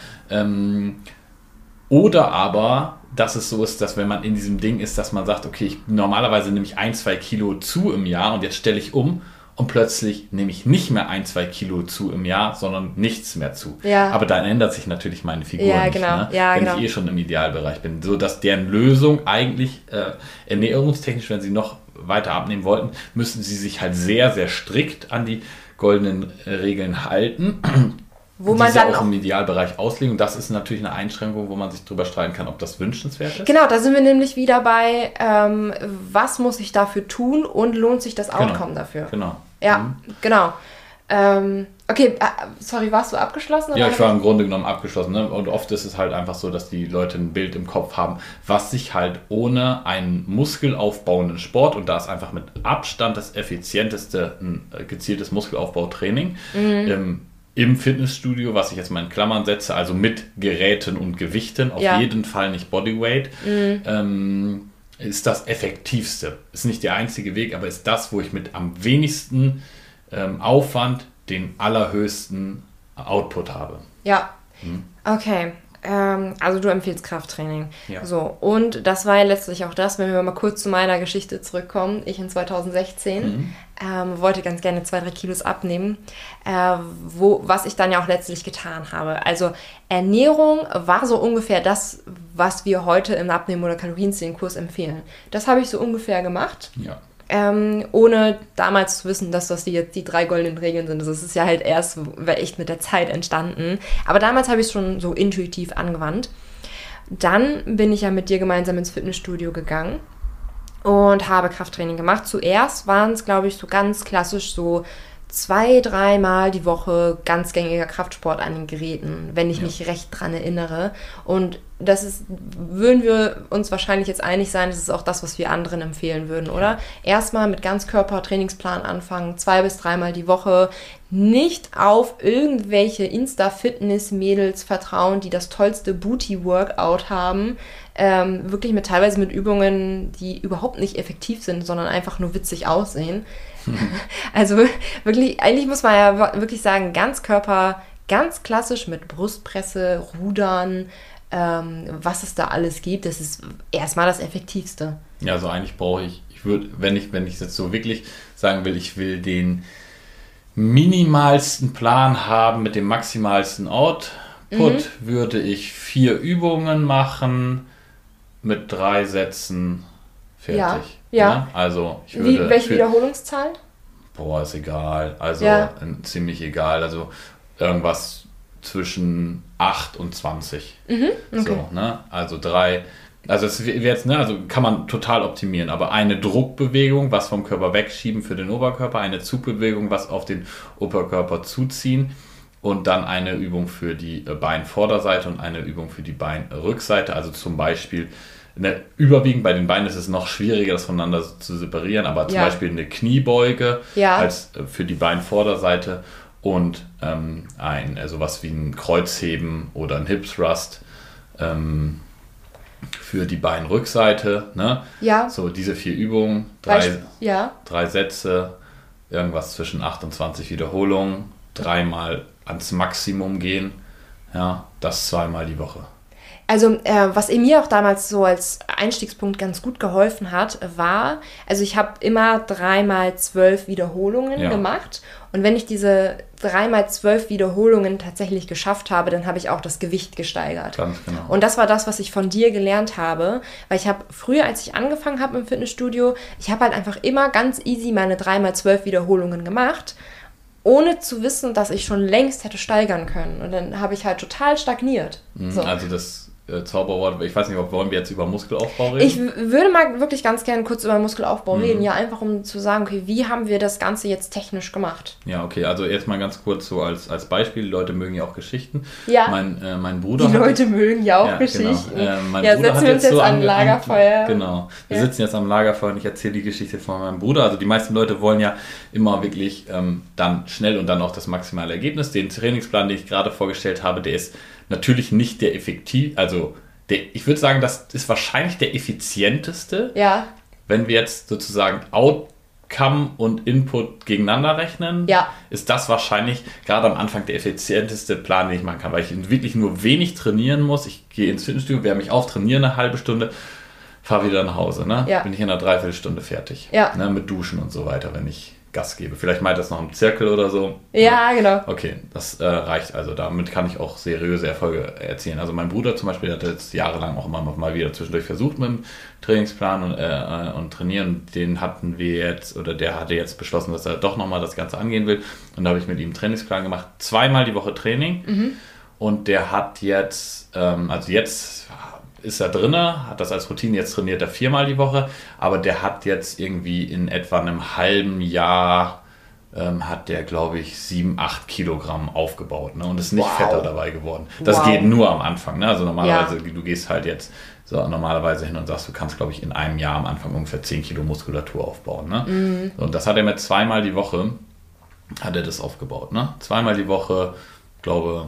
Oder aber, dass es so ist, dass wenn man in diesem Ding ist, dass man sagt, okay, normalerweise nehme ich 1-2 Kilo zu im Jahr und jetzt stelle ich um und plötzlich nehme ich nicht mehr 1-2 Kilo zu im Jahr, sondern nichts mehr zu. Ja. Aber dann ändert sich natürlich meine Figur nicht, ne? Wenn ich schon im Idealbereich bin. So dass deren Lösung eigentlich ernährungstechnisch, wenn sie noch weiter abnehmen wollten, müssten sie sich halt sehr, sehr strikt an die goldenen Regeln halten. Wo man dann auch im Idealbereich auslegen. Und das ist natürlich eine Einschränkung, wo man sich drüber streiten kann, ob das wünschenswert ist. Genau, da sind wir nämlich wieder bei, was muss ich dafür tun und lohnt sich das Outcome dafür? Genau. Ja, genau. Okay, sorry, warst du abgeschlossen? Ja, ich war im Grunde genommen abgeschlossen. Ne? Und oft ist es halt einfach so, dass die Leute ein Bild im Kopf haben, was sich halt ohne einen muskelaufbauenden Sport, und da ist einfach mit Abstand das effizienteste ein gezieltes Muskelaufbautraining, im Fitnessstudio, was ich jetzt mal in Klammern setze, also mit Geräten und Gewichten, auf jeden Fall nicht Bodyweight, ist das effektivste. Ist nicht der einzige Weg, aber ist das, wo ich mit am wenigsten Aufwand den allerhöchsten Output habe. Ja, okay. Also du empfiehlst Krafttraining. Ja. So, und das war ja letztlich auch das, wenn wir mal kurz zu meiner Geschichte zurückkommen. Ich in 2016 wollte ganz gerne 2-3 Kilos abnehmen, was ich dann ja auch letztlich getan habe. Also Ernährung war so ungefähr das, was wir heute im Abnehmen- oder Kalorienzählenkurs empfehlen. Das habe ich so ungefähr gemacht. Ja. Ohne damals zu wissen, dass das jetzt die 3 goldenen Regeln sind. Das ist ja halt erst echt mit der Zeit entstanden. Aber damals habe ich es schon so intuitiv angewandt. Dann bin ich ja mit dir gemeinsam ins Fitnessstudio gegangen und habe Krafttraining gemacht. Zuerst waren es, glaube ich, so ganz klassisch so 2-3 Mal die Woche ganz gängiger Kraftsport an den Geräten, wenn ich mich recht dran erinnere. Und das ist, würden wir uns wahrscheinlich jetzt einig sein, das ist auch das, was wir anderen empfehlen würden, oder? Erstmal mit Ganzkörper-Trainingsplan anfangen, 2 bis 3 Mal die Woche. Nicht auf irgendwelche Insta-Fitness-Mädels vertrauen, die das tollste Booty-Workout haben. Wirklich teilweise mit Übungen, die überhaupt nicht effektiv sind, sondern einfach nur witzig aussehen. Also wirklich, eigentlich muss man ja wirklich sagen, Ganzkörper, ganz klassisch mit Brustpresse, Rudern, was es da alles gibt, das ist erstmal das Effektivste. Ja, also eigentlich brauche ich würde, wenn ich jetzt so wirklich sagen will, ich will den minimalsten Plan haben mit dem maximalsten Output, würde ich 4 Übungen machen mit 3 Sätzen fertig. Ja. Ne? Also ich würde welche Wiederholungszahl? Boah, ist egal. Also ziemlich egal. Also irgendwas zwischen 8 und 20. Okay. So, ne? Also 3. Also es wird jetzt, ne, also kann man total optimieren, aber eine Druckbewegung, was vom Körper wegschieben für den Oberkörper, eine Zugbewegung, was auf den Oberkörper zuziehen und dann eine Übung für die Beinvorderseite und eine Übung für die Beinrückseite. Also zum Beispiel, überwiegend bei den Beinen ist es noch schwieriger, das voneinander zu separieren, aber zum Beispiel eine Kniebeuge als für die Beinvorderseite und sowas wie ein Kreuzheben oder ein Hip Thrust für die Beinrückseite, ne? Ja. So diese 4 Übungen, 3 Sätze, irgendwas zwischen 8 und 20 Wiederholungen, 3-mal ans Maximum gehen, ja, das 2-mal die Woche. Also was mir auch damals so als Einstiegspunkt ganz gut geholfen hat, war, also ich habe immer 3x12 Wiederholungen gemacht und wenn ich diese 3x12 Wiederholungen tatsächlich geschafft habe, dann habe ich auch das Gewicht gesteigert. Ganz genau. Und das war das, was ich von dir gelernt habe, weil ich habe früher, als ich angefangen habe im Fitnessstudio, ich habe halt einfach immer ganz easy meine 3x12 Wiederholungen gemacht, ohne zu wissen, dass ich schon längst hätte steigern können. Und dann habe ich halt total stagniert. So. Also das Zauberwort, ich weiß nicht, wollen wir jetzt über Muskelaufbau reden? Ich würde mal wirklich ganz gerne kurz über Muskelaufbau reden, ja, einfach um zu sagen, okay, wie haben wir das Ganze jetzt technisch gemacht? Ja, okay, also jetzt mal ganz kurz so als Beispiel, die Leute mögen ja auch Geschichten. Ja, mein Bruder die Leute mögen ja auch Geschichten. Genau. Mein ja, Bruder setzen wir uns jetzt am Lagerfeuer. Genau, wir sitzen jetzt am Lagerfeuer und ich erzähle die Geschichte von meinem Bruder. Also die meisten Leute wollen ja immer wirklich dann schnell und dann auch das maximale Ergebnis. Den Trainingsplan, den ich gerade vorgestellt habe, der ist natürlich nicht der effektiv, also ich würde sagen, das ist wahrscheinlich der effizienteste, wenn wir jetzt sozusagen Outcome und Input gegeneinander rechnen, ist das wahrscheinlich gerade am Anfang der effizienteste Plan, den ich machen kann, weil ich wirklich nur wenig trainieren muss. Ich gehe ins Fitnessstudio, wärme mich auf, trainiere eine halbe Stunde, fahre wieder nach Hause. Ne? Bin ich in einer Dreiviertelstunde fertig. Ne? Mit Duschen und so weiter, wenn ich Gas gebe. Vielleicht meint das noch im Zirkel oder so. Ja, genau. Okay, das reicht also. Damit kann ich auch seriöse Erfolge erzielen. Also mein Bruder zum Beispiel hat jetzt jahrelang auch immer mal wieder zwischendurch versucht mit dem Trainingsplan und Trainieren. Den hatten wir jetzt, oder der hatte jetzt beschlossen, dass er doch nochmal das Ganze angehen will. Und da habe ich mit ihm einen Trainingsplan gemacht. 2-mal die Woche Training. Und der hat jetzt, also jetzt ist er drin, hat das als Routine, jetzt trainiert er 4-mal die Woche, aber der hat jetzt irgendwie in etwa einem halben Jahr hat der, glaube ich, 7-8 Kilogramm aufgebaut, ne? Und ist nicht fetter dabei geworden. Das geht nur am Anfang, ne? Also normalerweise, du gehst halt jetzt so normalerweise hin und sagst, du kannst, glaube ich, in einem Jahr am Anfang ungefähr 10 Kilo Muskulatur aufbauen, ne? Und das hat er mit 2-mal die Woche, hat er das aufgebaut, ne? 2-mal die Woche, glaube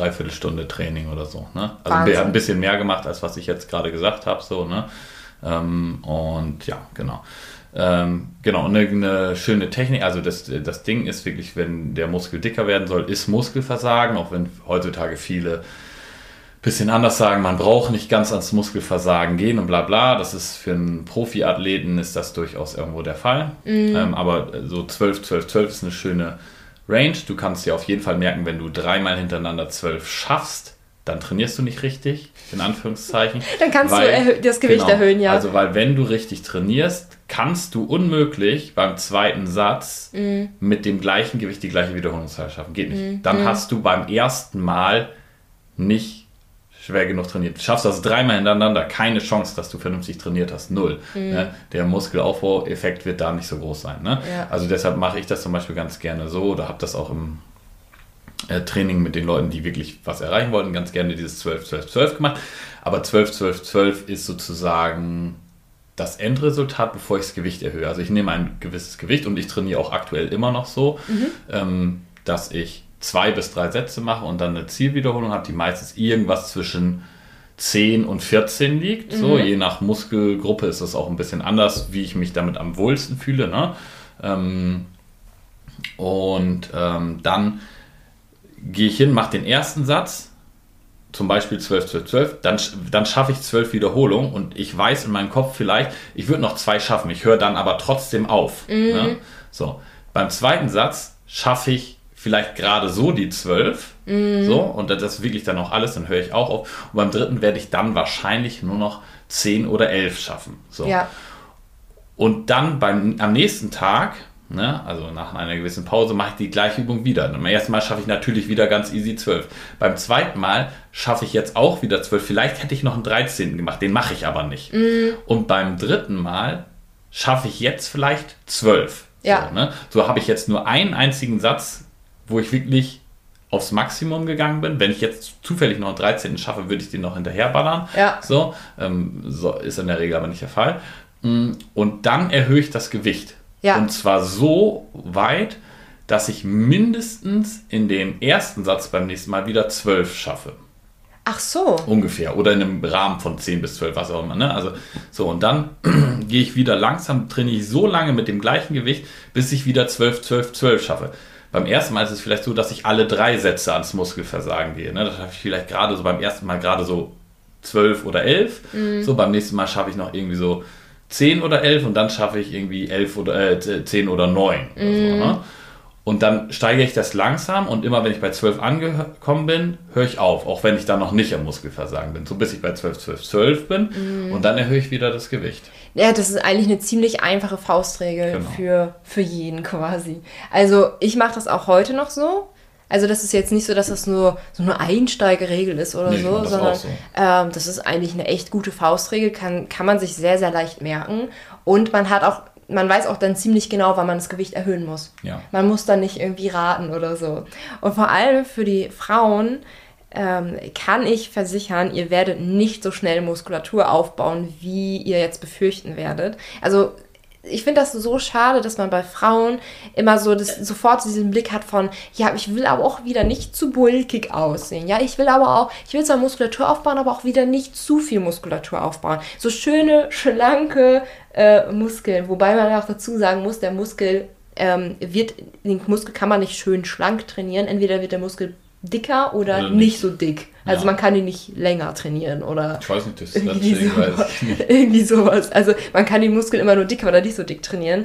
3/4 Training oder so, ne? Also er hat ein bisschen mehr gemacht, als was ich jetzt gerade gesagt habe, so, ne? Und ja, genau. Genau, eine schöne Technik, also das Ding ist wirklich, wenn der Muskel dicker werden soll, ist Muskelversagen, auch wenn heutzutage viele ein bisschen anders sagen, man braucht nicht ganz ans Muskelversagen gehen und bla bla, das ist für einen Profiathleten ist das durchaus irgendwo der Fall, aber so 12 ist eine schöne Range. Du kannst ja auf jeden Fall merken, wenn du 3-mal hintereinander 12 schaffst, dann trainierst du nicht richtig, in Anführungszeichen. Dann kannst du das Gewicht erhöhen, ja. Also, weil wenn du richtig trainierst, kannst du unmöglich beim zweiten Satz mit dem gleichen Gewicht die gleiche Wiederholungszahl schaffen. Geht nicht. Dann hast du beim ersten Mal nicht schwer genug trainiert. Du schaffst das 3-mal hintereinander, keine Chance, dass du vernünftig trainiert hast. 0. Ne? Der Muskelaufbaueffekt wird da nicht so groß sein. Ne? Ja. Also deshalb mache ich das zum Beispiel ganz gerne so oder habe das auch im Training mit den Leuten, die wirklich was erreichen wollten, ganz gerne dieses 12-12-12 gemacht. Aber 12-12-12 ist sozusagen das Endresultat, bevor ich das Gewicht erhöhe. Also ich nehme ein gewisses Gewicht und ich trainiere auch aktuell immer noch so, dass ich 2 bis 3 Sätze mache und dann eine Zielwiederholung habe, die meistens irgendwas zwischen 10 und 14 liegt. So, je nach Muskelgruppe ist das auch ein bisschen anders, wie ich mich damit am wohlsten fühle. Ne? Dann gehe ich hin, mache den ersten Satz, zum Beispiel 12-12-12, dann schaffe ich 12 Wiederholungen und ich weiß in meinem Kopf vielleicht, ich würde noch 2 schaffen, ich höre dann aber trotzdem auf. Ne? So, beim zweiten Satz schaffe ich vielleicht gerade so die 12, so, und das ist wirklich dann auch alles, dann höre ich auch auf. Und beim dritten werde ich dann wahrscheinlich nur noch 10 oder 11 schaffen. So. Ja. Und dann am nächsten Tag, ne, also nach einer gewissen Pause, mache ich die gleiche Übung wieder. Beim ersten Mal schaffe ich natürlich wieder ganz easy 12. Beim zweiten Mal schaffe ich jetzt auch wieder 12. Vielleicht hätte ich noch einen 13. gemacht, den mache ich aber nicht. Und beim dritten Mal schaffe ich jetzt vielleicht 12. Ja. So, ne? So habe ich jetzt nur einen einzigen Satz, wo ich wirklich aufs Maximum gegangen bin. Wenn ich jetzt zufällig noch einen 13. schaffe, würde ich den noch hinterherballern. Ja. So ist in der Regel aber nicht der Fall. Und dann erhöhe ich das Gewicht. Ja. Und zwar so weit, dass ich mindestens in dem ersten Satz beim nächsten Mal wieder 12 schaffe. Ach so. Ungefähr. Oder in einem Rahmen von 10 bis 12, was auch immer. Ne? Also, so, und dann gehe ich wieder langsam, trainiere ich so lange mit dem gleichen Gewicht, bis ich wieder 12, 12, 12 schaffe. Beim ersten Mal ist es vielleicht so, dass ich alle 3 Sätze ans Muskelversagen gehe. Ne? Das schaffe ich vielleicht gerade so beim ersten Mal gerade so 12 oder 11. So, beim nächsten Mal schaffe ich noch irgendwie so 10 oder 11 und dann schaffe ich irgendwie 10 oder 9. Oder so, ne? Und dann steigere ich das langsam und immer wenn ich bei 12 angekommen bin, höre ich auf, auch wenn ich dann noch nicht am Muskelversagen bin, so bis ich bei 12, 12, 12 bin und dann erhöhe ich wieder das Gewicht. Ja, das ist eigentlich eine ziemlich einfache Faustregel für jeden quasi. Also ich mache das auch heute noch so. Also das ist jetzt nicht so, dass das nur so eine Einsteigerregel ist oder so, sondern das ist eigentlich eine echt gute Faustregel, kann man sich sehr, sehr leicht merken und man weiß auch dann ziemlich genau, wann man das Gewicht erhöhen muss. Ja. Man muss dann nicht irgendwie raten oder so. Und vor allem für die Frauen kann ich versichern, ihr werdet nicht so schnell Muskulatur aufbauen, wie ihr jetzt befürchten werdet. Also ich finde das so schade, dass man bei Frauen immer so sofort diesen Blick hat von, ja, ich will aber auch wieder nicht zu bulkig aussehen. Ja, ich will zwar Muskulatur aufbauen, aber auch wieder nicht zu viel Muskulatur aufbauen. So schöne, schlanke Muskeln, wobei man auch dazu sagen muss, den Muskel kann man nicht schön schlank trainieren. Entweder wird der Muskel dicker oder nicht so dick. Also man kann ihn nicht länger trainieren oder ich weiß nicht, irgendwie sowas. Also man kann die Muskeln immer nur dicker oder nicht so dick trainieren.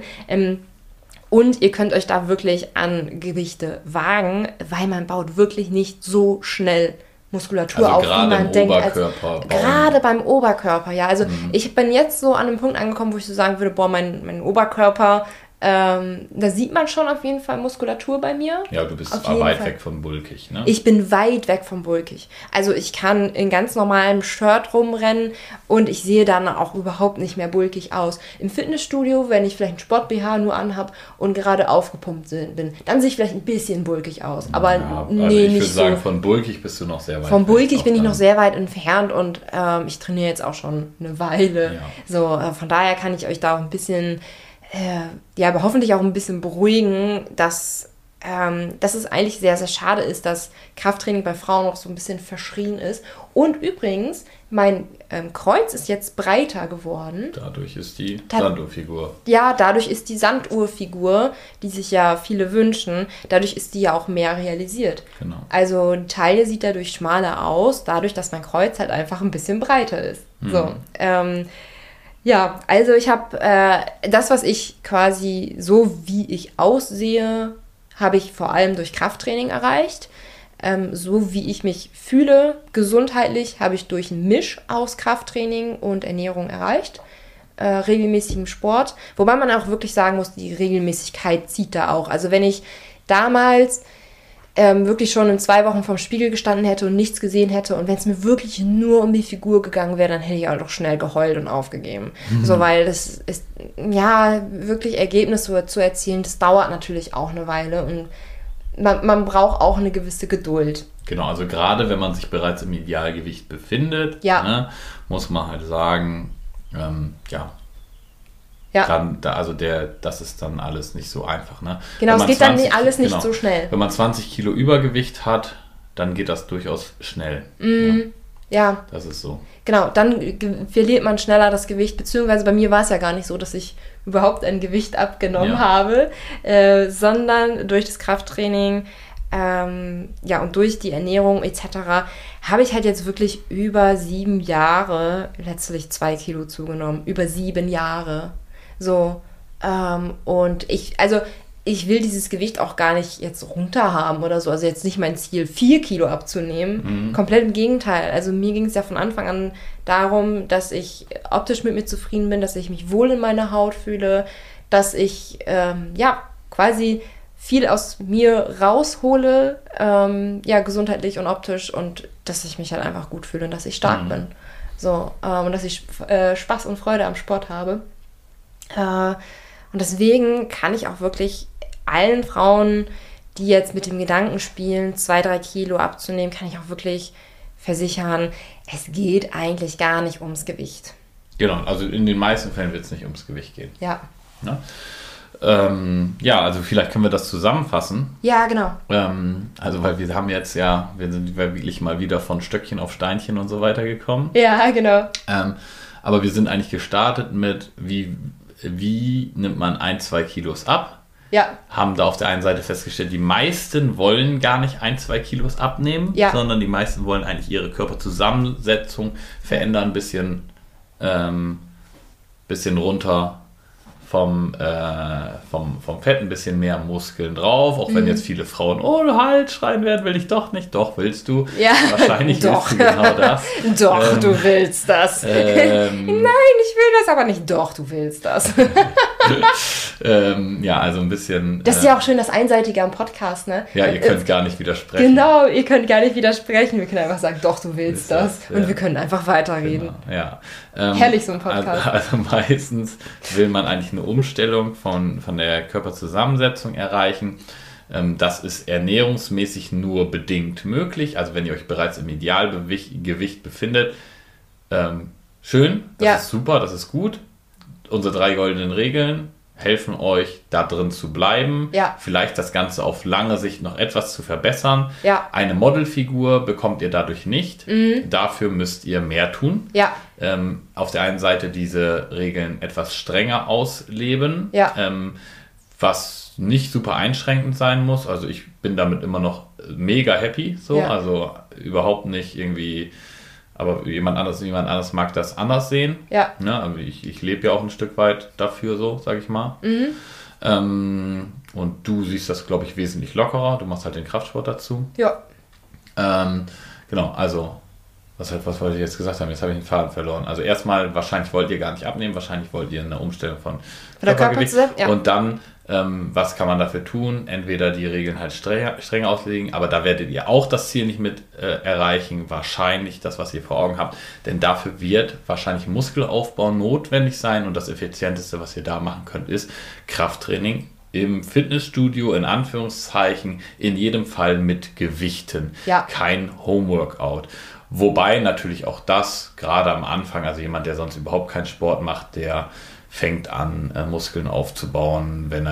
Und ihr könnt euch da wirklich an Gewichte wagen, weil man baut wirklich nicht so schnell Muskulatur auf, wie man denkt. Gerade beim Oberkörper, ja. Also ich bin jetzt so an einem Punkt angekommen, wo ich so sagen würde, boah, mein Oberkörper, da sieht man schon auf jeden Fall Muskulatur bei mir. Ja, du bist weit weg von bulkig, ne? Ich bin weit weg von bulkig. Also ich kann in ganz normalem Shirt rumrennen und ich sehe dann auch überhaupt nicht mehr bulkig aus. Im Fitnessstudio, wenn ich vielleicht einen Sport-BH nur anhab und gerade aufgepumpt bin, dann sehe ich vielleicht ein bisschen bulkig aus. Aber ja, also ich würde sagen, von bulkig bist du noch sehr weit. Von bulkig bin ich noch sehr weit entfernt und ich trainiere jetzt auch schon eine Weile. Ja. So, von daher kann ich euch da auch ein bisschen aber hoffentlich auch ein bisschen beruhigen, dass es eigentlich sehr, sehr schade ist, dass Krafttraining bei Frauen noch so ein bisschen verschrien ist. Und übrigens, mein Kreuz ist jetzt breiter geworden. Dadurch ist die Sanduhrfigur. Ja, dadurch ist die Sanduhrfigur, die sich ja viele wünschen, dadurch ist die ja auch mehr realisiert. Genau. Also die Taille sieht dadurch schmaler aus, dadurch, dass mein Kreuz halt einfach ein bisschen breiter ist. So, ja, also ich habe das, was ich quasi so wie ich aussehe, habe ich vor allem durch Krafttraining erreicht. So wie ich mich fühle, gesundheitlich, habe ich durch einen Misch aus Krafttraining und Ernährung erreicht. Regelmäßigem Sport. Wobei man auch wirklich sagen muss, die Regelmäßigkeit zieht da auch. Also wenn ich damals wirklich schon in 2 Wochen vorm Spiegel gestanden hätte und nichts gesehen hätte und wenn es mir wirklich nur um die Figur gegangen wäre, dann hätte ich auch doch schnell geheult und aufgegeben. So, weil das ist, ja, wirklich Ergebnisse zu erzielen, das dauert natürlich auch eine Weile und man braucht auch eine gewisse Geduld. Genau, also gerade wenn man sich bereits im Idealgewicht befindet, muss man halt sagen, das ist dann alles nicht so einfach. Ne? Genau, es geht dann alles nicht so schnell. Wenn man 20 Kilo Übergewicht hat, dann geht das durchaus schnell. Ja. Das ist so. Genau, dann verliert man schneller das Gewicht, beziehungsweise bei mir war es ja gar nicht so, dass ich überhaupt ein Gewicht abgenommen habe, sondern durch das Krafttraining und durch die Ernährung etc. habe ich halt jetzt wirklich über 7 Jahre letztlich 2 Kilo zugenommen. Über 7 Jahre. So, und ich will dieses Gewicht auch gar nicht jetzt runter haben oder so. Also jetzt nicht mein Ziel, 4 Kilo abzunehmen. Komplett im Gegenteil. Also mir ging es ja von Anfang an darum, dass ich optisch mit mir zufrieden bin, dass ich mich wohl in meiner Haut fühle, dass ich quasi viel aus mir raushole, gesundheitlich und optisch, und dass ich mich halt einfach gut fühle und dass ich stark bin. So, und dass ich Spaß und Freude am Sport habe. Und deswegen kann ich auch wirklich allen Frauen, die jetzt mit dem Gedanken spielen, 2-3 Kilo abzunehmen, kann ich auch wirklich versichern, es geht eigentlich gar nicht ums Gewicht. Genau, also in den meisten Fällen wird es nicht ums Gewicht gehen. Ja. Ne? Also vielleicht können wir das zusammenfassen. Ja, genau. Also weil wir sind wirklich mal wieder von Stöckchen auf Steinchen und so weiter gekommen. Ja, genau. Aber wir sind eigentlich gestartet mit, wie nimmt man 1-2 Kilos ab? Ja. Haben da auf der einen Seite festgestellt, die meisten wollen gar nicht 1-2 Kilos abnehmen, sondern die meisten wollen eigentlich ihre Körperzusammensetzung verändern, bisschen runter vom Fett, ein bisschen mehr Muskeln drauf, auch wenn jetzt viele Frauen, schreien werden, will ich doch nicht. Doch, willst du. Ja. Wahrscheinlich willst du genau das. Doch, du willst das. Nein, ich will das aber nicht. Doch, du willst das. Also ein bisschen... Das ist ja auch schön, das Einseitige am Podcast, ne? Ja, ihr könnt gar nicht widersprechen. Genau, ihr könnt gar nicht widersprechen. Wir können einfach sagen, doch, du willst das. Und wir können einfach weiterreden. Genau, ja. Herrlich, so ein Podcast. Also meistens will man eigentlich eine Umstellung von der Körperzusammensetzung erreichen. Das ist ernährungsmäßig nur bedingt möglich. Also wenn ihr euch bereits im Idealgewicht befindet, schön, das ist super, das ist gut. Unsere 3 goldenen Regeln helfen euch, da drin zu bleiben. Ja. Vielleicht das Ganze auf lange Sicht noch etwas zu verbessern. Ja. Eine Modelfigur bekommt ihr dadurch nicht. Dafür müsst ihr mehr tun. Ja. Auf der einen Seite diese Regeln etwas strenger ausleben, was nicht super einschränkend sein muss. Also ich bin damit immer noch mega happy, also überhaupt nicht irgendwie... Aber jemand anderes mag das anders sehen. Ja. Ne? Aber ich lebe ja auch ein Stück weit dafür, so, sage ich mal. Und du siehst das, glaube ich, wesentlich lockerer. Du machst halt den Kraftsport dazu. Ja. Genau, also, was wollte ich jetzt gesagt haben? Jetzt habe ich den Faden verloren. Also erstmal, wahrscheinlich wollt ihr gar nicht abnehmen. Wahrscheinlich wollt ihr eine Umstellung von Körpergewicht. Und dann, was kann man dafür tun? Entweder die Regeln halt strenger auslegen, aber da werdet ihr auch das Ziel nicht mit erreichen. Wahrscheinlich das, was ihr vor Augen habt. Denn dafür wird wahrscheinlich Muskelaufbau notwendig sein. Und das Effizienteste, was ihr da machen könnt, ist Krafttraining im Fitnessstudio, in Anführungszeichen, in jedem Fall mit Gewichten. Ja. Kein Homeworkout. Wobei natürlich auch das, gerade am Anfang, also jemand, der sonst überhaupt keinen Sport macht, der fängt an, Muskeln aufzubauen, wenn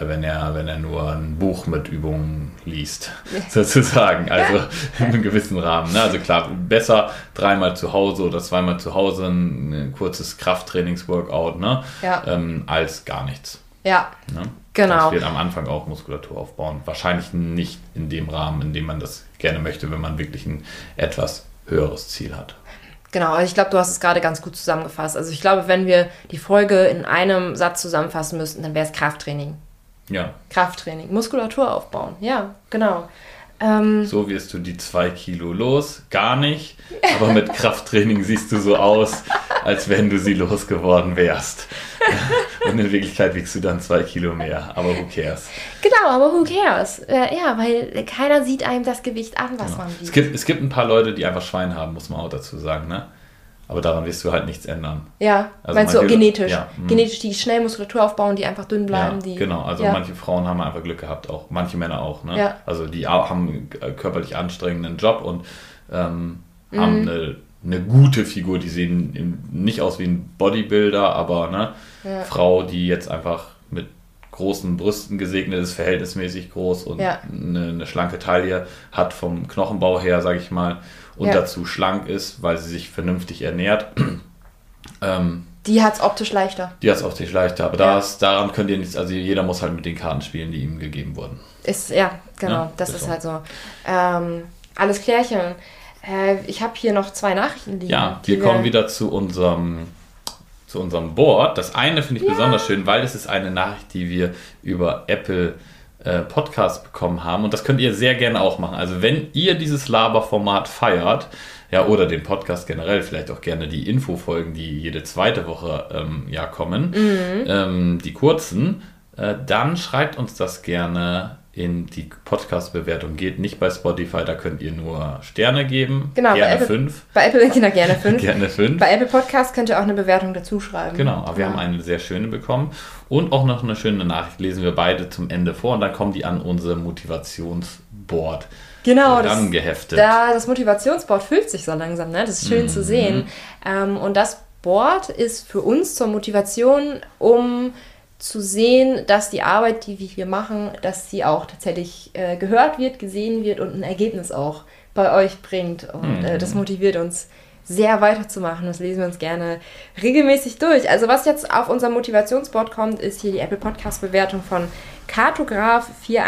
er nur ein Buch mit Übungen liest, sozusagen. Also in einem gewissen Rahmen. Ne? Also klar, besser 3-mal zu Hause oder 2-mal zu Hause ein kurzes Krafttrainings-Workout, ne? Als gar nichts. Ja, ne? Genau. Das wird am Anfang auch Muskulatur aufbauen. Wahrscheinlich nicht in dem Rahmen, in dem man das gerne möchte, wenn man wirklich ein etwas höheres Ziel hat. Genau, ich glaube, du hast es gerade ganz gut zusammengefasst. Also ich glaube, wenn wir die Folge in einem Satz zusammenfassen müssten, dann wäre es Krafttraining. Ja. Krafttraining, Muskulatur aufbauen. Ja, genau. So wirst du die 2 Kilo los, gar nicht. Aber mit Krafttraining siehst du so aus, als wenn du sie losgeworden wärst. Und in Wirklichkeit wiegst du dann 2 Kilo mehr. Aber who cares? Genau, aber who cares? Ja, weil keiner sieht einem das Gewicht an, was man wiegt. Es gibt ein paar Leute, die einfach Schwein haben, muss man auch dazu sagen, ne? Aber daran wirst du halt nichts ändern. Ja, also meinst du genetisch? Ja, genetisch, die schnell Muskulatur aufbauen, die einfach dünn bleiben. Ja, genau. Also manche Frauen haben einfach Glück gehabt, auch manche Männer auch. Ne? Ja. Also die haben einen körperlich anstrengenden Job und haben eine gute Figur. Die sehen nicht aus wie ein Bodybuilder, aber ne, Frau, die jetzt einfach mit großen Brüsten gesegnet ist, verhältnismäßig groß und eine schlanke Taille hat vom Knochenbau her, sage ich mal, und dazu schlank ist, weil sie sich vernünftig ernährt. Die hat es optisch leichter. Aber daran könnt ihr nichts, also jeder muss halt mit den Karten spielen, die ihm gegeben wurden. Das ist halt so. Alles klärchen. Ich habe hier noch 2 Nachrichten liegen. Ja, wir kommen wieder zu unserem zu unserem Board. Das eine finde ich besonders schön, weil es ist eine Nachricht, die wir über Apple Podcast bekommen haben. Und das könnt ihr sehr gerne auch machen. Also wenn ihr dieses Laberformat feiert, ja, oder den Podcast generell, vielleicht auch gerne die Infofolgen, die jede zweite Woche kommen, die kurzen, dann schreibt uns das gerne in die Podcast-Bewertung. Geht nicht bei Spotify, da könnt ihr nur Sterne geben. Genau, gerne 5. Bei Apple gerne 5. Gerne 5. Bei Apple Podcast könnt ihr auch eine Bewertung dazu schreiben. Genau, aber wir haben eine sehr schöne bekommen. Und auch noch eine schöne Nachricht lesen wir beide zum Ende vor und dann kommen die an unser Motivationsboard. Genau, geheftet. Das Motivationsboard füllt sich so langsam, ne? Das ist schön zu sehen. Und das Board ist für uns zur Motivation, um zu sehen, dass die Arbeit, die wir hier machen, dass sie auch tatsächlich gehört wird, gesehen wird und ein Ergebnis auch bei euch bringt. Und das motiviert uns sehr weiterzumachen. Das lesen wir uns gerne regelmäßig durch. Also was jetzt auf unser Motivationsboard kommt, ist hier die Apple Podcast Bewertung von Kartograf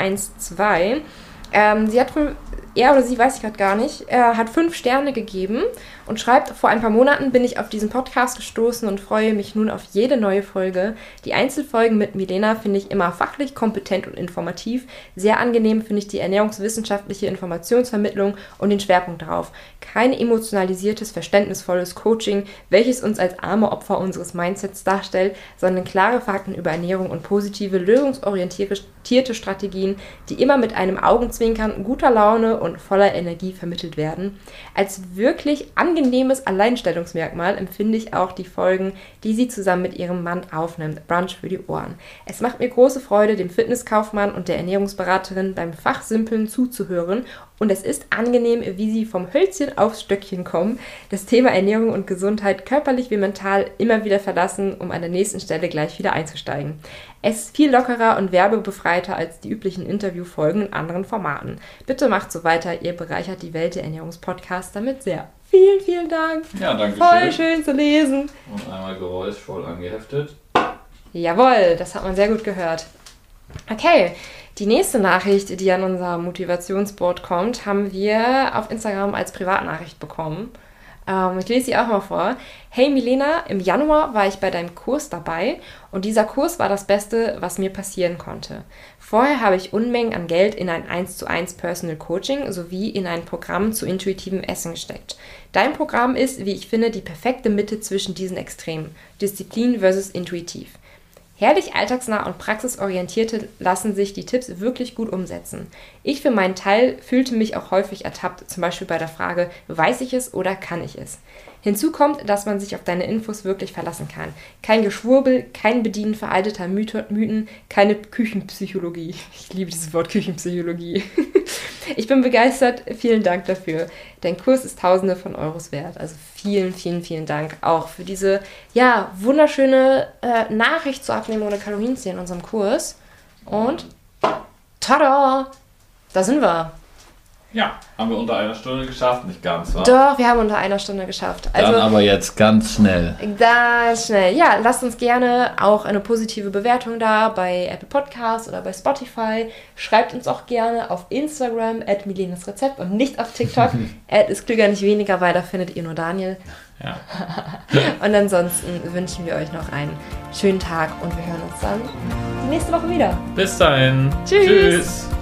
412. Sie hat er oder sie, weiß ich gerade gar nicht, hat 5 Sterne gegeben und schreibt, vor ein paar Monaten bin ich auf diesen Podcast gestoßen und freue mich nun auf jede neue Folge. Die Einzelfolgen mit Milena finde ich immer fachlich, kompetent und informativ. Sehr angenehm finde ich die ernährungswissenschaftliche Informationsvermittlung und den Schwerpunkt darauf. Kein emotionalisiertes, verständnisvolles Coaching, welches uns als arme Opfer unseres Mindsets darstellt, sondern klare Fakten über Ernährung und positive, lösungsorientierte Strategien, die immer mit einem Augenzwinkern, guter Laune und voller Energie vermittelt werden. Als wirklich angenehmes Alleinstellungsmerkmal empfinde ich auch die Folgen, die sie zusammen mit ihrem Mann aufnimmt. Brunch für die Ohren. Es macht mir große Freude, dem Fitnesskaufmann und der Ernährungsberaterin beim Fachsimpeln zuzuhören und es ist angenehm, wie sie vom Hölzchen aufs Stöckchen kommen, das Thema Ernährung und Gesundheit körperlich wie mental immer wieder verlassen, um an der nächsten Stelle gleich wieder einzusteigen. Es ist viel lockerer und werbebefreiter als die üblichen Interviewfolgen in anderen Formaten. Bitte macht so weiter, ihr bereichert die Welt der Ernährungspodcasts damit sehr. Vielen, vielen Dank. Ja, danke Voll schön zu lesen. Und einmal geräuschvoll angeheftet. Jawohl, das hat man sehr gut gehört. Okay, die nächste Nachricht, die an unser Motivationsboard kommt, haben wir auf Instagram als Privatnachricht bekommen. Ich lese sie auch mal vor. Hey Milena, im Januar war ich bei deinem Kurs dabei und dieser Kurs war das Beste, was mir passieren konnte. Vorher habe ich Unmengen an Geld in ein 1:1 Personal Coaching sowie in ein Programm zu intuitivem Essen gesteckt. Dein Programm ist, wie ich finde, die perfekte Mitte zwischen diesen Extremen. Disziplin versus intuitiv. Herrlich alltagsnah und praxisorientierte lassen sich die Tipps wirklich gut umsetzen. Ich für meinen Teil fühlte mich auch häufig ertappt, zum Beispiel bei der Frage, weiß ich es oder kann ich es? Hinzu kommt, dass man sich auf deine Infos wirklich verlassen kann. Kein Geschwurbel, kein Bedienen veralteter Mythen, keine Küchenpsychologie. Ich liebe dieses Wort Küchenpsychologie. Ich bin begeistert, vielen Dank dafür. Dein Kurs ist Tausende von Euros wert. Also vielen, vielen, vielen Dank auch für diese wunderschöne Nachricht zur Abnehmung ohne Kalorien in unserem Kurs. Und tada! Da sind wir. Ja, haben wir unter einer Stunde geschafft, nicht ganz, wa? Doch, wir haben unter einer Stunde geschafft. Also, dann aber jetzt ganz schnell. Ganz schnell. Ja, lasst uns gerne auch eine positive Bewertung da bei Apple Podcasts oder bei Spotify. Schreibt uns auch gerne auf Instagram @milenasrezept und nicht auf TikTok. Ist klüger nicht weniger, weil da findet ihr nur Daniel. Ja. Und ansonsten wünschen wir euch noch einen schönen Tag und wir hören uns dann die nächste Woche wieder. Bis dahin. Tschüss.